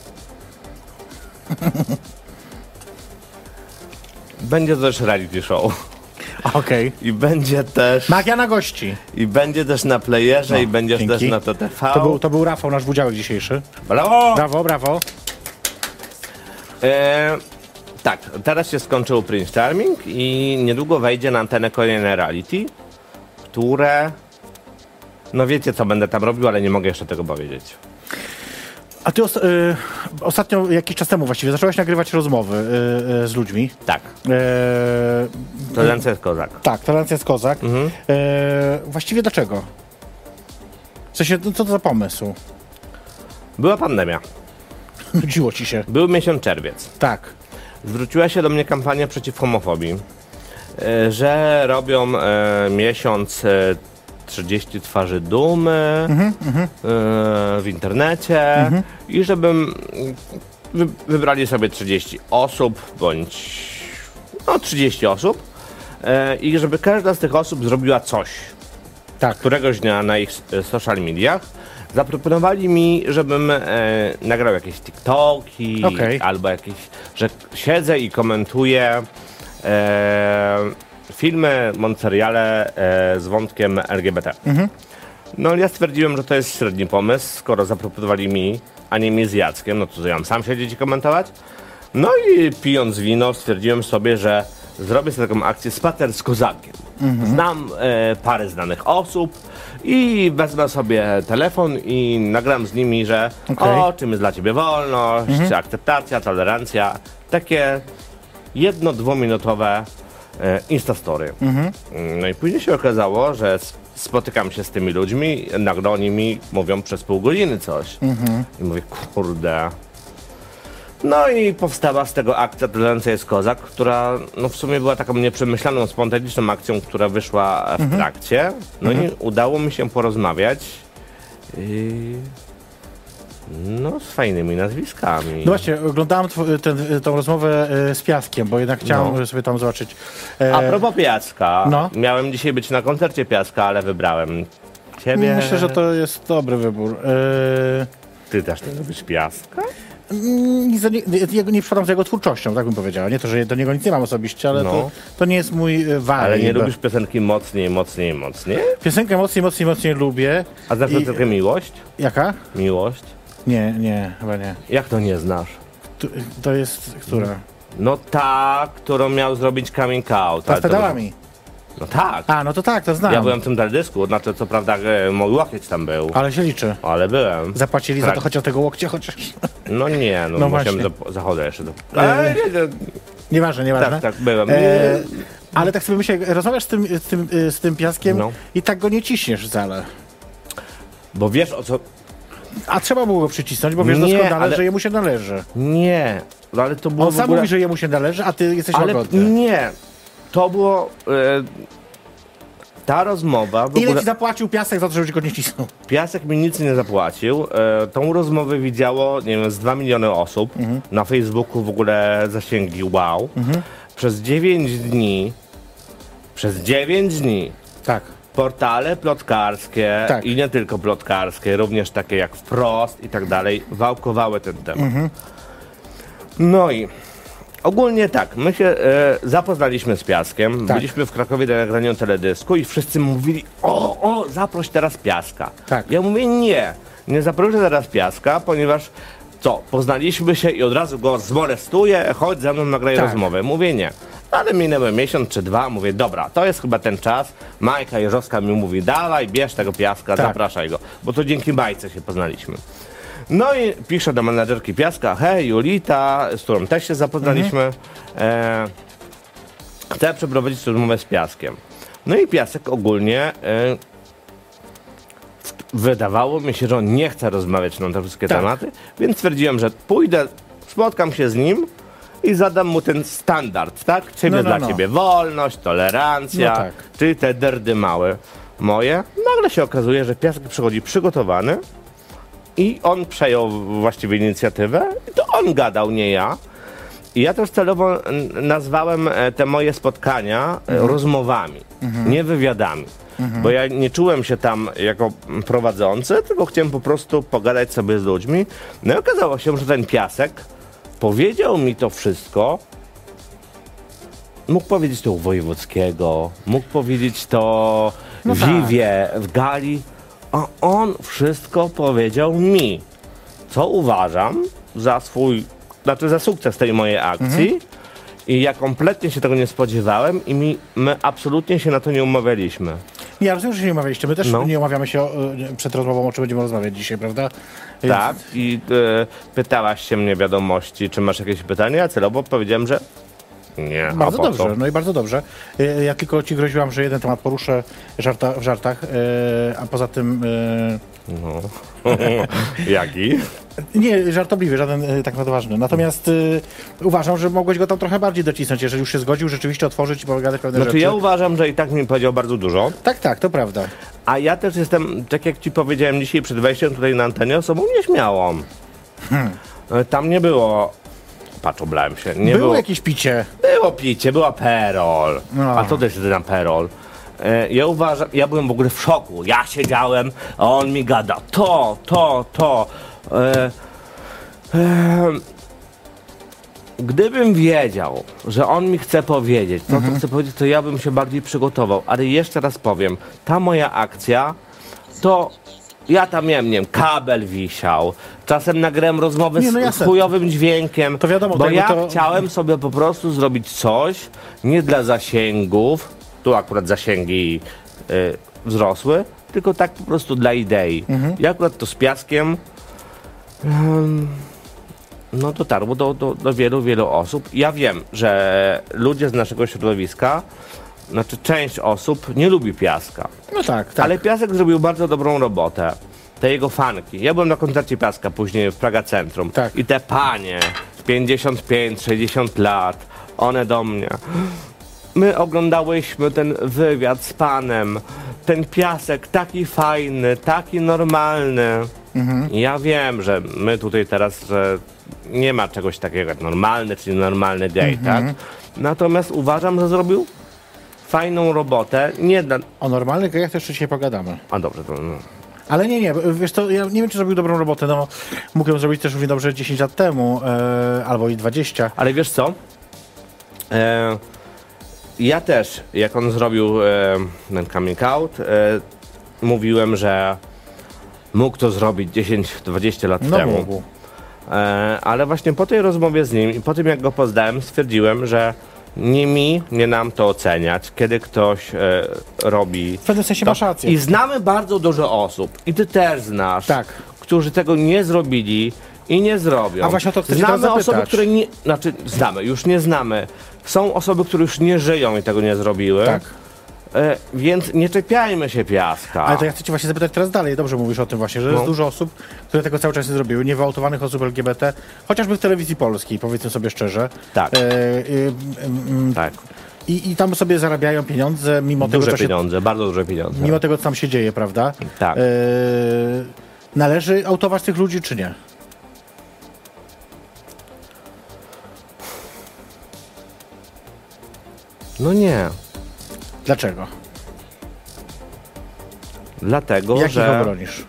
Będzie też reality show.
Okej.
I będzie też,
Magia na gości.
i będzie też na playerze,
No,
i będzie
dzięki.
też na T T V.
To był, to był Rafał, nasz wudziałek dzisiejszy.
Brawo!
Brawo, brawo.
E, tak, teraz się skończył Prince Charming i niedługo wejdzie na antenę kolejne reality, które... No wiecie, co będę tam robił, ale nie mogę jeszcze tego powiedzieć.
A ty os- y, ostatnio, jakiś czas temu właściwie, zacząłeś nagrywać rozmowy y, y, z ludźmi.
Tak,
E,
to Lance jest kozak.
tak, tolerancja jest kozak.
Mhm.
E, właściwie dlaczego? W sensie, no co to za pomysł?
Była pandemia,
Nudziło ci się.
był miesiąc czerwiec.
Tak.
Zwróciła się do mnie kampania przeciw homofobii, e, że robią e, miesiąc e, trzydzieści twarzy dumy
Mhm,
e, w internecie i żebym wy, wybrali sobie trzydzieści osób bądź no trzydzieści osób e, i żeby każda z tych osób zrobiła coś
Tak.
któregoś dnia na ich e, social mediach. Zaproponowali mi, żebym e, nagrał jakieś TikToki
Okej.
albo jakieś, że siedzę i komentuję e, filmy, bądź seriale e, z wątkiem L G B T. No ja stwierdziłem, że to jest średni pomysł, skoro zaproponowali mi, a nie mi z Jackiem, no to ja mam sam siedzieć i komentować. No i pijąc wino stwierdziłem sobie, że zrobię sobie taką akcję spacer z kozakiem. Znam e, parę znanych osób i wezmę sobie telefon i nagram z nimi, że
Okej.
o, czym jest dla ciebie wolność, akceptacja, tolerancja. Takie jedno, dwuminutowe e, instastory. No i później się okazało, że s- spotykam się z tymi ludźmi, nagle oni mi mówią przez pół godziny coś. I mówię, kurde. No i powstała z tego akcja Tolerancja jest kozak, która no w sumie była taką nieprzemyślaną, spontaniczną akcją, która wyszła w trakcie. No i udało mi się porozmawiać yy, no z fajnymi nazwiskami.
No właśnie, oglądałem tw- ten, tą rozmowę e, z Piaskiem, bo jednak chciałem
No.
sobie tam zobaczyć. E,
A propos Piaska,
no.
miałem dzisiaj być na koncercie Piaska, ale wybrałem ciebie.
Myślę, że to jest dobry wybór. E,
Ty też nie lubisz piaska?
Nic do nie, nie, nie przypadam za jego twórczością, tak bym powiedziała. Nie to, że do niego nic nie mam osobiście, ale
No.
to, to nie jest mój e, vibe.
Ale nie lubisz piosenki mocniej, mocniej, mocniej?
Piosenkę mocniej, mocniej, mocniej lubię.
A znasz
I-
piosenkę Miłość?
Jaka?
Miłość?
Nie, nie, chyba nie.
Jak to nie znasz?
Tu, to jest, która?
No ta, którą miał zrobić coming out.
Ta
ale
z
to-
pedałami.
No tak.
A, no to tak, to znam.
Ja byłem w tym teledysku, znaczy co prawda e, mój łokieć tam był,
Ale się liczy.
ale byłem.
Zapłacili za
Tak.
to chociaż tego łokcia, chociaż...
No nie, no,
No
musiałem
właśnie.
do zachodu jeszcze. Do...
E,
Ale, nie, nie,
Nieważne, nieważne.
tak, tak, byłem.
E, ale tak sobie myślę, rozmawiasz z tym, z tym, z tym piaskiem
No.
i tak go nie ciśniesz wcale.
Bo wiesz o co...
A trzeba było go przycisnąć, bo wiesz
Nie,
doskonale,
ale-
że jemu się należy.
Nie, no ale to było
On
w
sam
ogóle...
mówi, że jemu się należy, a ty jesteś
Ale
łagodny.
nie, to było... E, ta rozmowa... W
Ile
ogóle...
ci zapłacił piasek za to, żebyś go nie cisnął?
Piasek mi nic nie zapłacił. E, tą rozmowę widziało, nie wiem, z dwa miliony osób.
Mhm.
Na Facebooku w ogóle zasięgi wow. Przez dziewięć dni, przez dziewięć dni
Tak.
portale plotkarskie
Tak.
i nie tylko plotkarskie, również takie jak Wprost i tak dalej, wałkowały ten temat.
Mhm.
No i ogólnie tak, my się e, zapoznaliśmy z Piaskiem,
Tak.
byliśmy w Krakowie na nagraniu teledysku i wszyscy mówili, o, o, zaproś teraz Piaska.
Tak.
Ja mówię, nie, nie zaproszę teraz Piaska, ponieważ co, poznaliśmy się i od razu go zmolestuję, chodź ze mną nagraj
Tak.
rozmowę. Mówię, nie. Ale minęły miesiąc czy dwa, mówię, dobra, to jest chyba ten czas. Majka Jeżowska mi mówi, dawaj, bierz tego Piaska,
Tak.
zapraszaj go, bo to dzięki Majce się poznaliśmy. No i piszę do menadżerki Piaska, hej, Julita, z którą też się zapoznaliśmy, e, chcę przeprowadzić rozmowę z Piaskiem. No i Piasek ogólnie, e, wydawało mi się, że on nie chce rozmawiać na te wszystkie
Tak.
tematy, więc stwierdziłem, że pójdę, spotkam się z nim i zadam mu ten standard, tak? Czym
No,
jest
no,
dla
no.
ciebie wolność, tolerancja,
No tak.
czyli te derdy małe moje. Nagle się okazuje, że Piasek przychodzi przygotowany i on przejął właściwie inicjatywę i to on gadał, nie ja. I ja też celowo n- nazwałem e, te moje spotkania e, rozmowami, nie wywiadami. Bo ja nie czułem się tam jako prowadzący, tylko chciałem po prostu pogadać sobie z ludźmi. No i okazało się, że ten Piasek powiedział mi to wszystko. Mógł powiedzieć to u Wojewódzkiego, mógł powiedzieć to
No
w
tak.
Wiwie, w Gali, a on wszystko powiedział mi. Co uważam za swój, znaczy za sukces tej mojej akcji. I ja kompletnie się tego nie spodziewałem i mi, my absolutnie się na to nie umawialiśmy.
Ja rozumiem, że się nie umawialiście. My też
No.
nie umawiamy się o, y, przed rozmową, o czym będziemy rozmawiać dzisiaj, prawda? Więc-
Tak, i e, pytałaś się mnie wiadomości, czy masz jakieś pytania, ja celowo powiedziałem, że nie.
Bardzo
a po
dobrze,
co?
no i bardzo dobrze. Y, Ja tylko ci groziłam, że jeden temat poruszę żarta, w żartach, y, a poza tym... y,
No. Jaki?
Nie, żartobliwy, żaden y, tak naprawdę ważny. Natomiast y, uważam, że mogłeś go tam trochę bardziej docisnąć, jeżeli już się zgodził rzeczywiście otworzyć i pogadać pewne
Znaczy
rzeczy.
ja uważam, że i tak mi powiedział bardzo dużo,
Tak, tak, to prawda.
a ja też jestem, tak jak ci powiedziałem dzisiaj przed wejściem tutaj na antenie, osobą nieśmiałą. E, Tam nie było... Patrz, oblałem się. Nie
Było
było,
jakieś picie.
było picie, była perol.
No.
A co to jest na perol? E, Ja uważam, ja byłem w ogóle w szoku. Ja siedziałem, a on mi gada to, to, to. E, e, Gdybym wiedział, że on mi chce powiedzieć, to co chce powiedzieć, to ja bym się bardziej przygotował. Ale jeszcze raz powiem, ta moja akcja, to ja tam miałem, nie wiem, kabel wisiał. Czasem nagrałem rozmowę
Nie, no
z, z
jasne.
chujowym dźwiękiem.
To wiadomo,
bo
to
ja
jakby to-
chciałem sobie po prostu zrobić coś, nie dla zasięgów, tu akurat zasięgi y, wzrosły, tylko tak po prostu dla idei. I akurat to z Piaskiem ym, no dotarło do, do, do wielu, wielu osób. Ja wiem, że ludzie z naszego środowiska, znaczy część osób nie lubi Piaska.
No tak, tak.
Ale Piasek zrobił bardzo dobrą robotę. Te jego fanki. Ja byłem na koncercie Piaska później w Praga Centrum.
Tak.
I te panie, pięćdziesiąt pięć, sześćdziesiąt lat, one do mnie. My oglądałyśmy ten wywiad z panem. Ten Piasek taki fajny, taki normalny. I ja wiem, że my tutaj teraz, że nie ma czegoś takiego jak normalny, czyli normalny gej, tak? Natomiast uważam, że zrobił fajną robotę. Nie dla...
O normalnych gejach też jeszcze dzisiaj pogadamy.
A dobrze, to... No.
Ale nie, nie, wiesz to, ja nie wiem, czy zrobił dobrą robotę, no mógł ją zrobić też równie dobrze dziesięć lat temu, e, albo i dwadzieścia.
Ale wiesz co? E, ja też, jak on zrobił e, ten coming out, e, mówiłem, że mógł to zrobić dziesięć dwadzieścia lat
No
temu.
mógł.
E, ale właśnie po tej rozmowie z nim i po tym, jak go poznałem, stwierdziłem, że nie mi, nie nam to oceniać, kiedy ktoś e, robi
W pewnym sensie
to.
masz rację.
I znamy bardzo dużo osób, i ty też znasz,
Tak.
którzy tego nie zrobili i nie zrobią.
A właśnie o to chcę cię
Znamy
teraz
osoby,
zapytać.
które nie, znaczy znamy, już nie znamy. Są osoby, które już nie żyją i tego nie zrobiły.
Tak.
E, więc nie czepiajmy się piaska.
Ale to ja chcę cię właśnie zapytać teraz dalej, dobrze mówisz o tym właśnie, że jest
No.
dużo osób, które tego cały czas nie zrobiły, niewyautowanych osób L G B T, chociażby w telewizji polskiej, powiedzmy sobie szczerze.
Tak.
E, e, m,
Tak.
i, I tam sobie zarabiają pieniądze, mimo
Duże
tego, co się,
pieniądze, bardzo duże pieniądze.
mimo tego, co tam się dzieje, prawda?
Tak.
E, należy autować tych ludzi, czy nie?
No nie.
Dlaczego?
Dlatego,
Jak ich
że...
obronisz?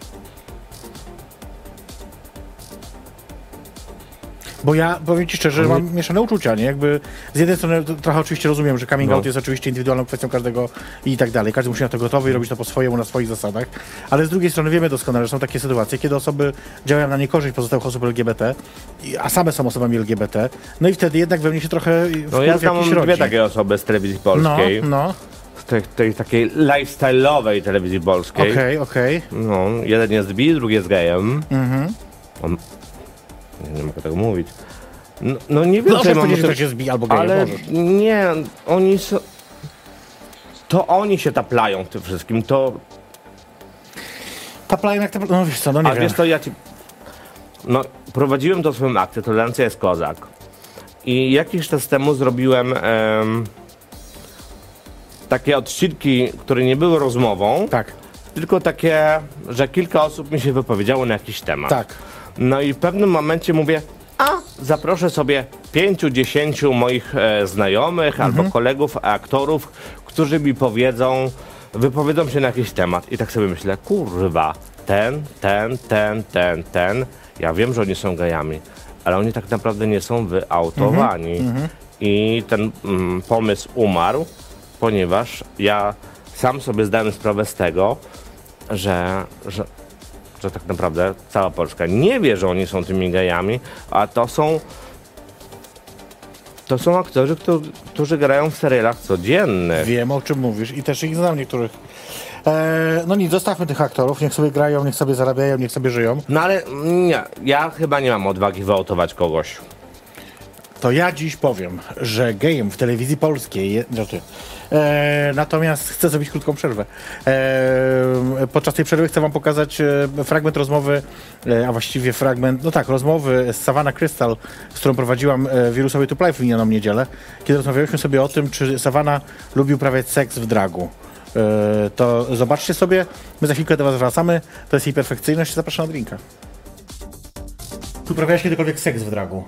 Bo ja, powiem ci szczerze,
Ale-
mam mieszane uczucia, nie? Jakby z jednej strony to trochę oczywiście rozumiem, że coming
No.
out jest oczywiście indywidualną kwestią każdego i tak dalej. Każdy musi na to gotowy i robić to po swojemu, na swoich zasadach. Ale z drugiej strony wiemy doskonale, że są takie sytuacje, kiedy osoby działają na niekorzyść pozostałych osób L G B T, i- a same są osobami L G B T. No i wtedy jednak we mnie się trochę
No ja
wpływ
znam
jakiś
dwie
rodzi.
takie osoby z telewizji
No,
polskiej.
no,
Z tej, tej takiej lifestyle'owej telewizji polskiej.
okej, okej.
No, jeden jest bi, drugi jest gejem.
Mhm.
On... Nie, nie mogę tego mówić. No, no nie wiem,
No,
co
możesz
ja mam
powiedzieć,
o
że
tym-
ktoś jest bi albo gejem,
Ale
możesz.
nie, oni są... To oni się taplają w tym wszystkim, to...
Taplają jak taplają, no wiesz co, no nie
A
wiem.
wiesz to ja ci... No, prowadziłem to swoją akcję, Tolerancja jest kozak. I jakiś czas temu zrobiłem em, takie odcinki, które nie były rozmową,
Tak,
tylko takie, że kilka osób mi się wypowiedziało na jakiś temat.
tak.
No i w pewnym momencie mówię, a zaproszę sobie pięciu, dziesięciu moich e, znajomych
Mhm.
albo kolegów, aktorów, którzy mi powiedzą, wypowiedzą się na jakiś temat. I tak sobie myślę, kurwa, ten, ten, ten, ten, ten. Ja wiem, że oni są gejami, ale oni tak naprawdę nie są wyautowani.
Mhm,
I ten mm, pomysł umarł, ponieważ ja sam sobie zdałem sprawę z tego, że, że, że tak naprawdę cała Polska nie wie, że oni są tymi gejami, a to są to są aktorzy, którzy, którzy grają w serialach codziennych.
Wiem, o czym mówisz i też ich znam niektórych. E, no nic, zostawmy tych aktorów, niech sobie grają, niech sobie zarabiają, niech sobie żyją.
No ale nie, ja chyba nie mam odwagi wyautować kogoś.
To ja dziś powiem, że gejem w telewizji polskiej jest... Znaczy, e, natomiast chcę zrobić krótką przerwę. E, podczas tej przerwy chcę wam pokazać e, fragment rozmowy, e, a właściwie fragment, no tak, rozmowy z Savannah Crystal, z którą prowadziłam e, Wirusowy Tube Live w minioną niedzielę, kiedy rozmawialiśmy sobie o tym, czy Savannah lubi uprawiać seks w dragu. E, to zobaczcie sobie, my za chwilkę do was wracamy, to jest jej perfekcyjność, zapraszam na drinka. Czy uprawiałeś kiedykolwiek seks w dragu?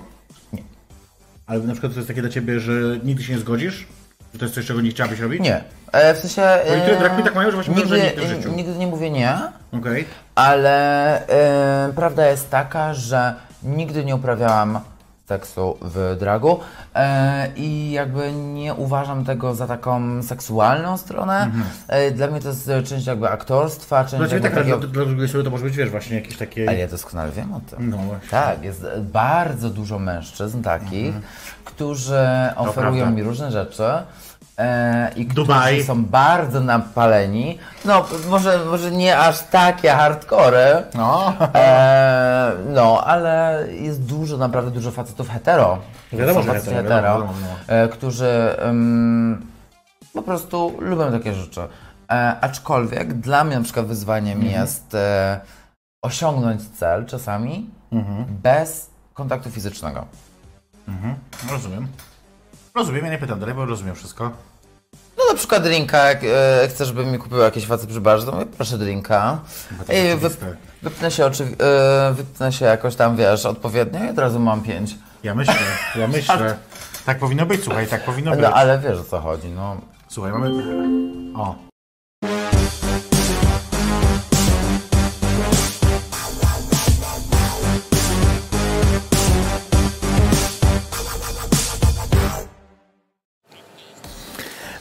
Ale na przykład to jest takie dla ciebie, że nigdy się nie zgodzisz? Że to jest coś, czego nie chciałabyś robić?
Nie. E, w sensie...
Bo niektóre
e,
drag queen tak mają, że właśnie mówią,
nigdy,
że nigdy w życiu.
e, nigdy nie mówię nie,
Okej.
ale e, prawda jest taka, że nigdy nie uprawiałam seksu w dragu e, i jakby nie uważam tego za taką seksualną stronę. E, dla mnie to jest część jakby aktorstwa, część
Dla ciebie
jakby
tak, ale
takiego...
dla, dla drugiej osoby to może być, wiesz, właśnie jakieś takie...
Ale ja doskonale wiem o tym.
No właśnie.
Tak, jest bardzo dużo mężczyzn takich, którzy oferują
prawda.
mi różne rzeczy e, i
Dubaj.
którzy są bardzo napaleni. No, może, może nie aż takie hardcore,
No.
e, no, ale jest dużo, naprawdę dużo facetów hetero.
Wiadomo,
Są
że
faceci
hetero,
hetero,
wiadomo, no.
e, którzy em, po prostu lubią takie rzeczy. E, aczkolwiek dla mnie na przykład wyzwaniem
Mhm.
jest e, osiągnąć cel czasami
Mhm.
bez kontaktu fizycznego.
Mhm. Rozumiem. Rozumiem, ja nie pytam dalej, bo rozumiem wszystko.
No na przykład drinka, jak e, chcesz, żeby mi kupił jakiś facet przy barze, to mówię, proszę drinka.
to jest
I wyp,
oczywiste.
wypnę, się oczywi- e, wypnę się jakoś tam, wiesz, odpowiednio i od razu mam pięć.
Ja myślę, ja myślę. Tak powinno być, słuchaj, tak powinno być.
No ale wiesz o co chodzi, no.
Słuchaj, mamy... O.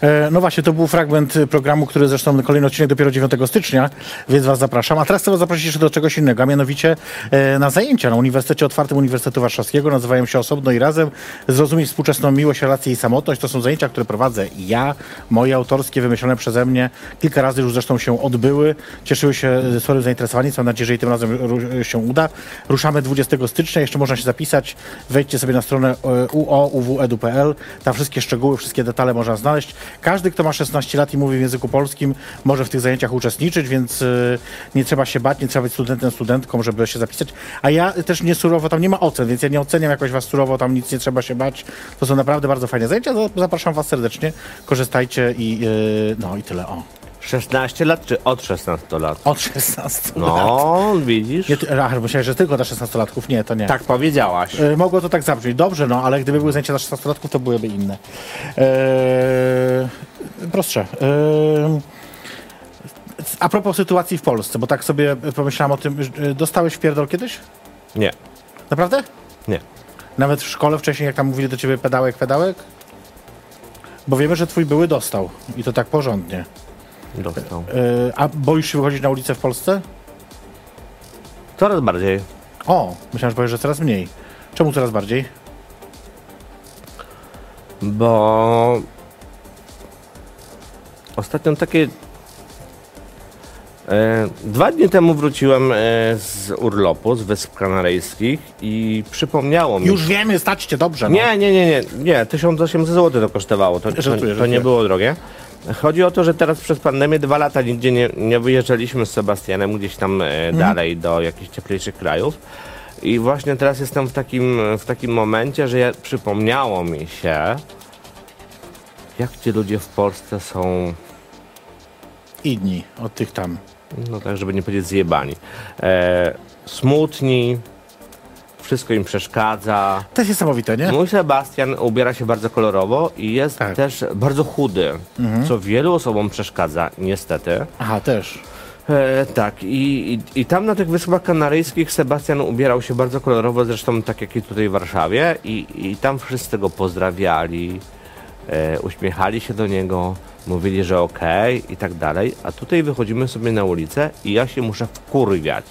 E, no właśnie, to był fragment programu, który zresztą kolejny odcinek dopiero dziewiątego stycznia, więc was zapraszam. A teraz chcę was zaprosić jeszcze do czegoś innego, a mianowicie e, na zajęcia na Uniwersytecie Otwartym Uniwersytetu Warszawskiego. Nazywają się Osobno i Razem. Zrozumieć współczesną miłość, relacje i samotność. To są zajęcia, które prowadzę ja, moje autorskie, wymyślone przeze mnie. Kilka razy już zresztą się odbyły. Cieszyły się sporym zainteresowaniem. Mam nadzieję, że i tym razem ru- się uda. Ruszamy dwudziestego stycznia. Jeszcze można się zapisać. Wejdźcie sobie na stronę u o u w kropka edu kropka p l. Tam wszystkie szczegóły, wszystkie detale można znaleźć. Każdy, kto ma szesnaście lat i mówi w języku polskim, może w tych zajęciach uczestniczyć, więc y, nie trzeba się bać, nie trzeba być studentem, studentką, żeby się zapisać. A ja też nie surowo, tam nie ma ocen, więc ja nie oceniam jakoś was surowo, tam nic nie trzeba się bać. To są naprawdę bardzo fajne zajęcia. Zapraszam was serdecznie. Korzystajcie i y, no i tyle. O.
szesnaście lat czy od szesnastu lat?
Od szesnastu lat.
No, widzisz?
Nie, ty- ach, myślałem, że tylko dla szesnastolatków. Nie, to nie.
Tak powiedziałaś.
E, mogło to tak zabrzmieć. Dobrze, no, ale gdyby były zajęcia dla szesnastolatków, to byłyby inne. E, prostsze. E, a propos sytuacji w Polsce, bo tak sobie pomyślałam o tym. e, Dostałeś wpierdol kiedyś?
Nie,
Naprawdę?
nie.
Nawet w szkole wcześniej, jak tam mówili do ciebie pedałek, pedałek? Bo wiemy, że twój były dostał. I to tak porządnie.
Dostał.
E, a boisz się wychodzić na ulicę w Polsce?
Coraz bardziej.
O, myślałem, że powiesz, że coraz mniej. Czemu coraz bardziej?
Bo ostatnio takie e, dwa dni temu wróciłem e, z urlopu, z Wysp Kanaryjskich i przypomniało mi...
Już wiemy, staćcie, dobrze. No.
Nie, nie, nie, nie, nie, tysiąc osiemset złotych to kosztowało, to, to,
Żartuję,
to
żartuję.
nie było drogie. Chodzi o to, że teraz przez pandemię dwa lata nigdzie nie, nie wyjeżdżaliśmy z Sebastianem gdzieś tam e, dalej do jakichś cieplejszych krajów. I właśnie teraz jestem w takim, w takim momencie, że ja, przypomniało mi się, jak ci ludzie w Polsce są,
Inni od tych tam.
no tak, żeby nie powiedzieć zjebani, e, smutni, wszystko im przeszkadza.
To jest niesamowite, nie?
Mój Sebastian ubiera się bardzo kolorowo i jest
Tak.
też bardzo chudy, co wielu osobom przeszkadza, niestety.
Aha, też.
E, tak, i, i, i tam na tych Wyspach Kanaryjskich Sebastian ubierał się bardzo kolorowo, zresztą tak jak i tutaj w Warszawie, i, i tam wszyscy go pozdrawiali, e, uśmiechali się do niego, mówili, że okej i tak dalej, a tutaj wychodzimy sobie na ulicę i ja się muszę wkurwiać.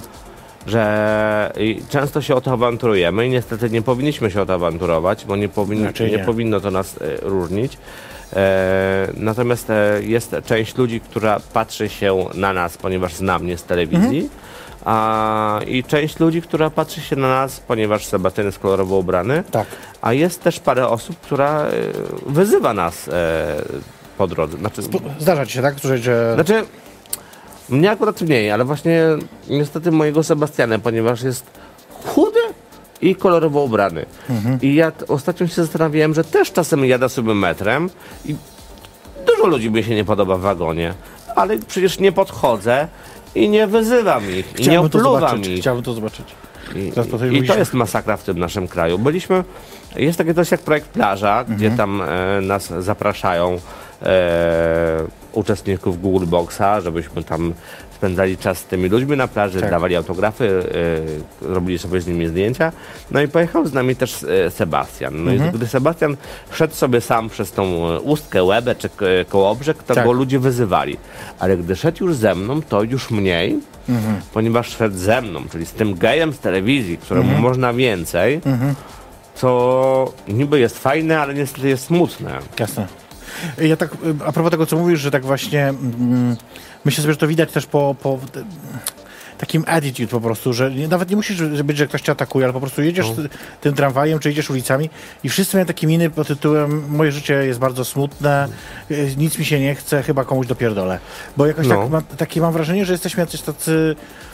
Że i często się o to awanturujemy i niestety nie powinniśmy się o to awanturować, bo nie, powin,
Raczej
nie.
nie.
powinno to nas e, różnić. E, natomiast e, jest część ludzi, która patrzy się na nas, ponieważ zna mnie z telewizji, a, i część ludzi, która patrzy się na nas, ponieważ Sebastian jest kolorowo ubrany,
Tak.
a jest też parę osób, która e, wyzywa nas e, po drodze. Znaczy,
Zdarza ci się, tak? Że, że...
znaczy, mnie akurat mniej, ale właśnie niestety mojego Sebastiana, ponieważ jest chudy i kolorowo ubrany. I ja t- ostatnio się zastanawiałem, że też czasem jadę sobie metrem i dużo ludzi mi się nie podoba w wagonie, ale przecież nie podchodzę i nie wyzywam ich, i nie
Chciałbym to
opluwam
zobaczyć.
ich.
Chciałbym to zobaczyć.
I,
Teraz po tej
i, I to
mówisz-
jest masakra w tym naszym kraju. Byliśmy, jest takie coś jak projekt Plaża, gdzie tam e, nas zapraszają e, uczestników Google Boxa, żebyśmy tam spędzali czas z tymi ludźmi na plaży,
Tak.
dawali autografy, e, robili sobie z nimi zdjęcia. No i pojechał z nami też e, Sebastian. No i gdy Sebastian szedł sobie sam przez tą e, ustkę, Łebę czy k- Kołobrzeg, to
Tak.
go ludzie wyzywali. Ale gdy szedł już ze mną, to już mniej, ponieważ szedł ze mną, czyli z tym gejem z telewizji, któremu można więcej, co niby jest fajne, ale niestety jest smutne.
Jasne. Ja tak, y, a propos tego, co mówisz, że tak właśnie mm, myślę sobie, że to widać też po, po t- takim attitude po prostu, że nie, nawet nie musisz że być, że ktoś cię atakuje, ale po prostu jedziesz
No.
ty- tym tramwajem, czy jedziesz ulicami i wszyscy mają takie miny pod tytułem moje życie jest bardzo smutne, y, nic mi się nie chce, chyba komuś dopierdolę. Bo jakoś
No.
tak ma, takie mam wrażenie, że jesteśmy jacyś tacy...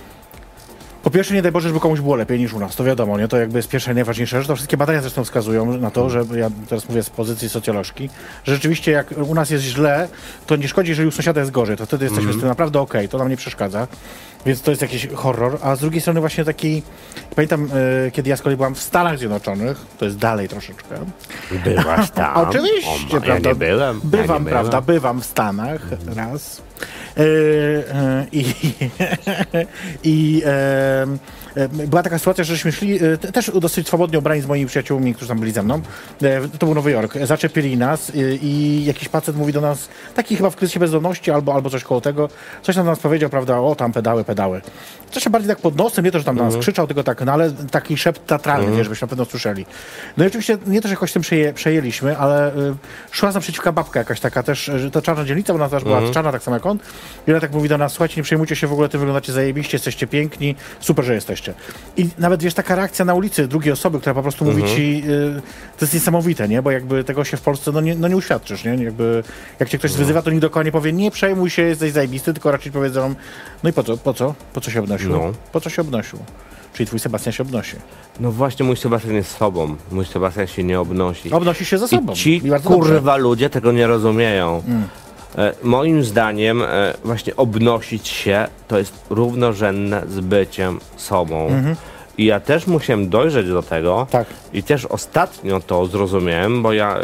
Po pierwsze, nie daj Boże, żeby komuś było lepiej niż u nas, to wiadomo, nie? To jakby jest pierwsza i najważniejsza rzecz. To wszystkie badania zresztą wskazują na to, że ja teraz mówię z pozycji socjolożki, że rzeczywiście jak u nas jest źle, to nie szkodzi, jeżeli u sąsiada jest gorzej, to wtedy jesteśmy z tym naprawdę okej, to nam nie przeszkadza. Więc to jest jakiś horror. A z drugiej strony właśnie taki... Pamiętam, e, kiedy ja z kolei byłam w Stanach Zjednoczonych, to jest dalej troszeczkę.
Byłaś tam?
Oczywiście,
O,
prawda?
Ja nie byłem.
Bywam,
ja nie
prawda?
Byłem.
Bywam w Stanach raz. E, e, I, i e, e, była taka sytuacja, że żeśmy szli e, te- też dosyć swobodnie ubrani z moimi przyjaciółmi, którzy tam byli ze mną. E, to był Nowy Jork. Zaczepili nas e, i jakiś facet mówi do nas, taki chyba w kryzysie bezdomności albo, albo coś koło tego, coś tam do nas powiedział, prawda, o tam pedały, pedały. Coś bardziej tak pod nosem, nie to, że tam na nas krzyczał, tylko tak, no ale taki szept teatralny, wiesz, żebyśmy na pewno słyszeli. No i oczywiście nie też jakoś tym przeje, przejęliśmy, ale y, szła z naprzeciwka babka jakaś taka też, że ta czarna dzielnica, bo ona też była czarna tak samo jak on. I ona tak mówi do nas, słuchajcie, nie przejmujcie się w ogóle tym, wyglądacie zajebiście, jesteście piękni, super, że jesteście. I nawet wiesz, taka reakcja na ulicy drugiej osoby, która po prostu mówi ci, y, to jest niesamowite, nie? Bo jakby tego się w Polsce no nie, no nie uświadczysz, nie? Jakby jak cię ktoś wyzywa, to nikt do koła nie powie, nie przejmuj się, jesteś zajebisty, tylko raczej powiedzą, no i po co, po co, po co się obnosił?
No.
Po co się obnosił? Czyli twój Sebastian się obnosi.
No właśnie, mój Sebastian jest sobą. Mój Sebastian się nie obnosi.
Obnosi się ze sobą.
I ci
I bardzo dobrze.
kurwa ludzie tego nie rozumieją. E, moim zdaniem e, właśnie obnosić się to jest równorzędne z byciem sobą. I ja też musiałem dojrzeć do tego.
Tak.
I też ostatnio to zrozumiałem, bo ja...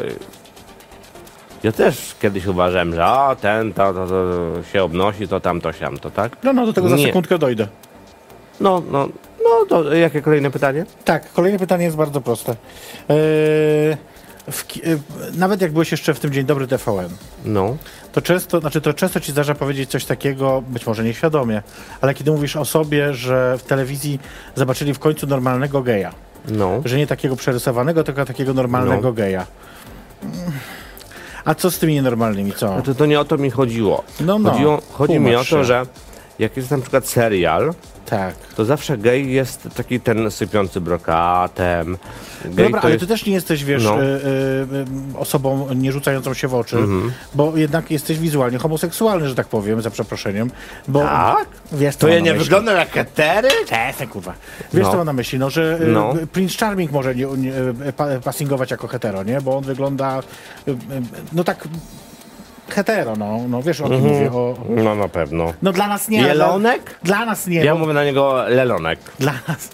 Ja też kiedyś uważałem, że o, ten to, to, to się obnosi, to tamto, siamto, tak?
No, no, do tego za
Nie.
sekundkę dojdę.
No, no, no, to jakie kolejne pytanie?
Tak, kolejne pytanie jest bardzo proste. Eee, w, ki- e, nawet jak byłeś jeszcze w tym Dzień Dobry T V N,
No.
to często, znaczy to często ci zdarza powiedzieć coś takiego, być może nieświadomie, ale kiedy mówisz o sobie, że w telewizji zobaczyli w końcu normalnego geja,
No.
że nie takiego przerysowanego, tylko takiego normalnego
No.
geja. A co z tymi nienormalnymi, co?
No to, to nie o to mi chodziło.
No, no,
Chodziło, chodzi mi o
tłumacz
to,
się.
że jak jest na przykład serial,
Tak.
to zawsze gej jest taki ten sypiący brokatem. Gej
Dobra,
to
ale
jest...
ty też nie jesteś, wiesz,
No.
y, y, y, osobą nie rzucającą się w oczy, bo jednak jesteś wizualnie homoseksualny, że tak powiem, za przeproszeniem. Bo
Tak?
Wiesz, co
To
mam
ja
na
nie
myśli.
wyglądam jak hetery?
Przestań, kurwa. Wiesz,
No.
co mam na myśli, no, że y,
No.
Prince Charming może nie, nie, y, pa, passingować jako hetero, nie? Bo on wygląda, y, y, no tak hetero, no, no wiesz o kim mówię. O,
No na pewno.
no dla nas nie. ale-
Jelonek?
Dla nas nie.
Ja
bo-
mówię na niego lelonek.
Dla nas.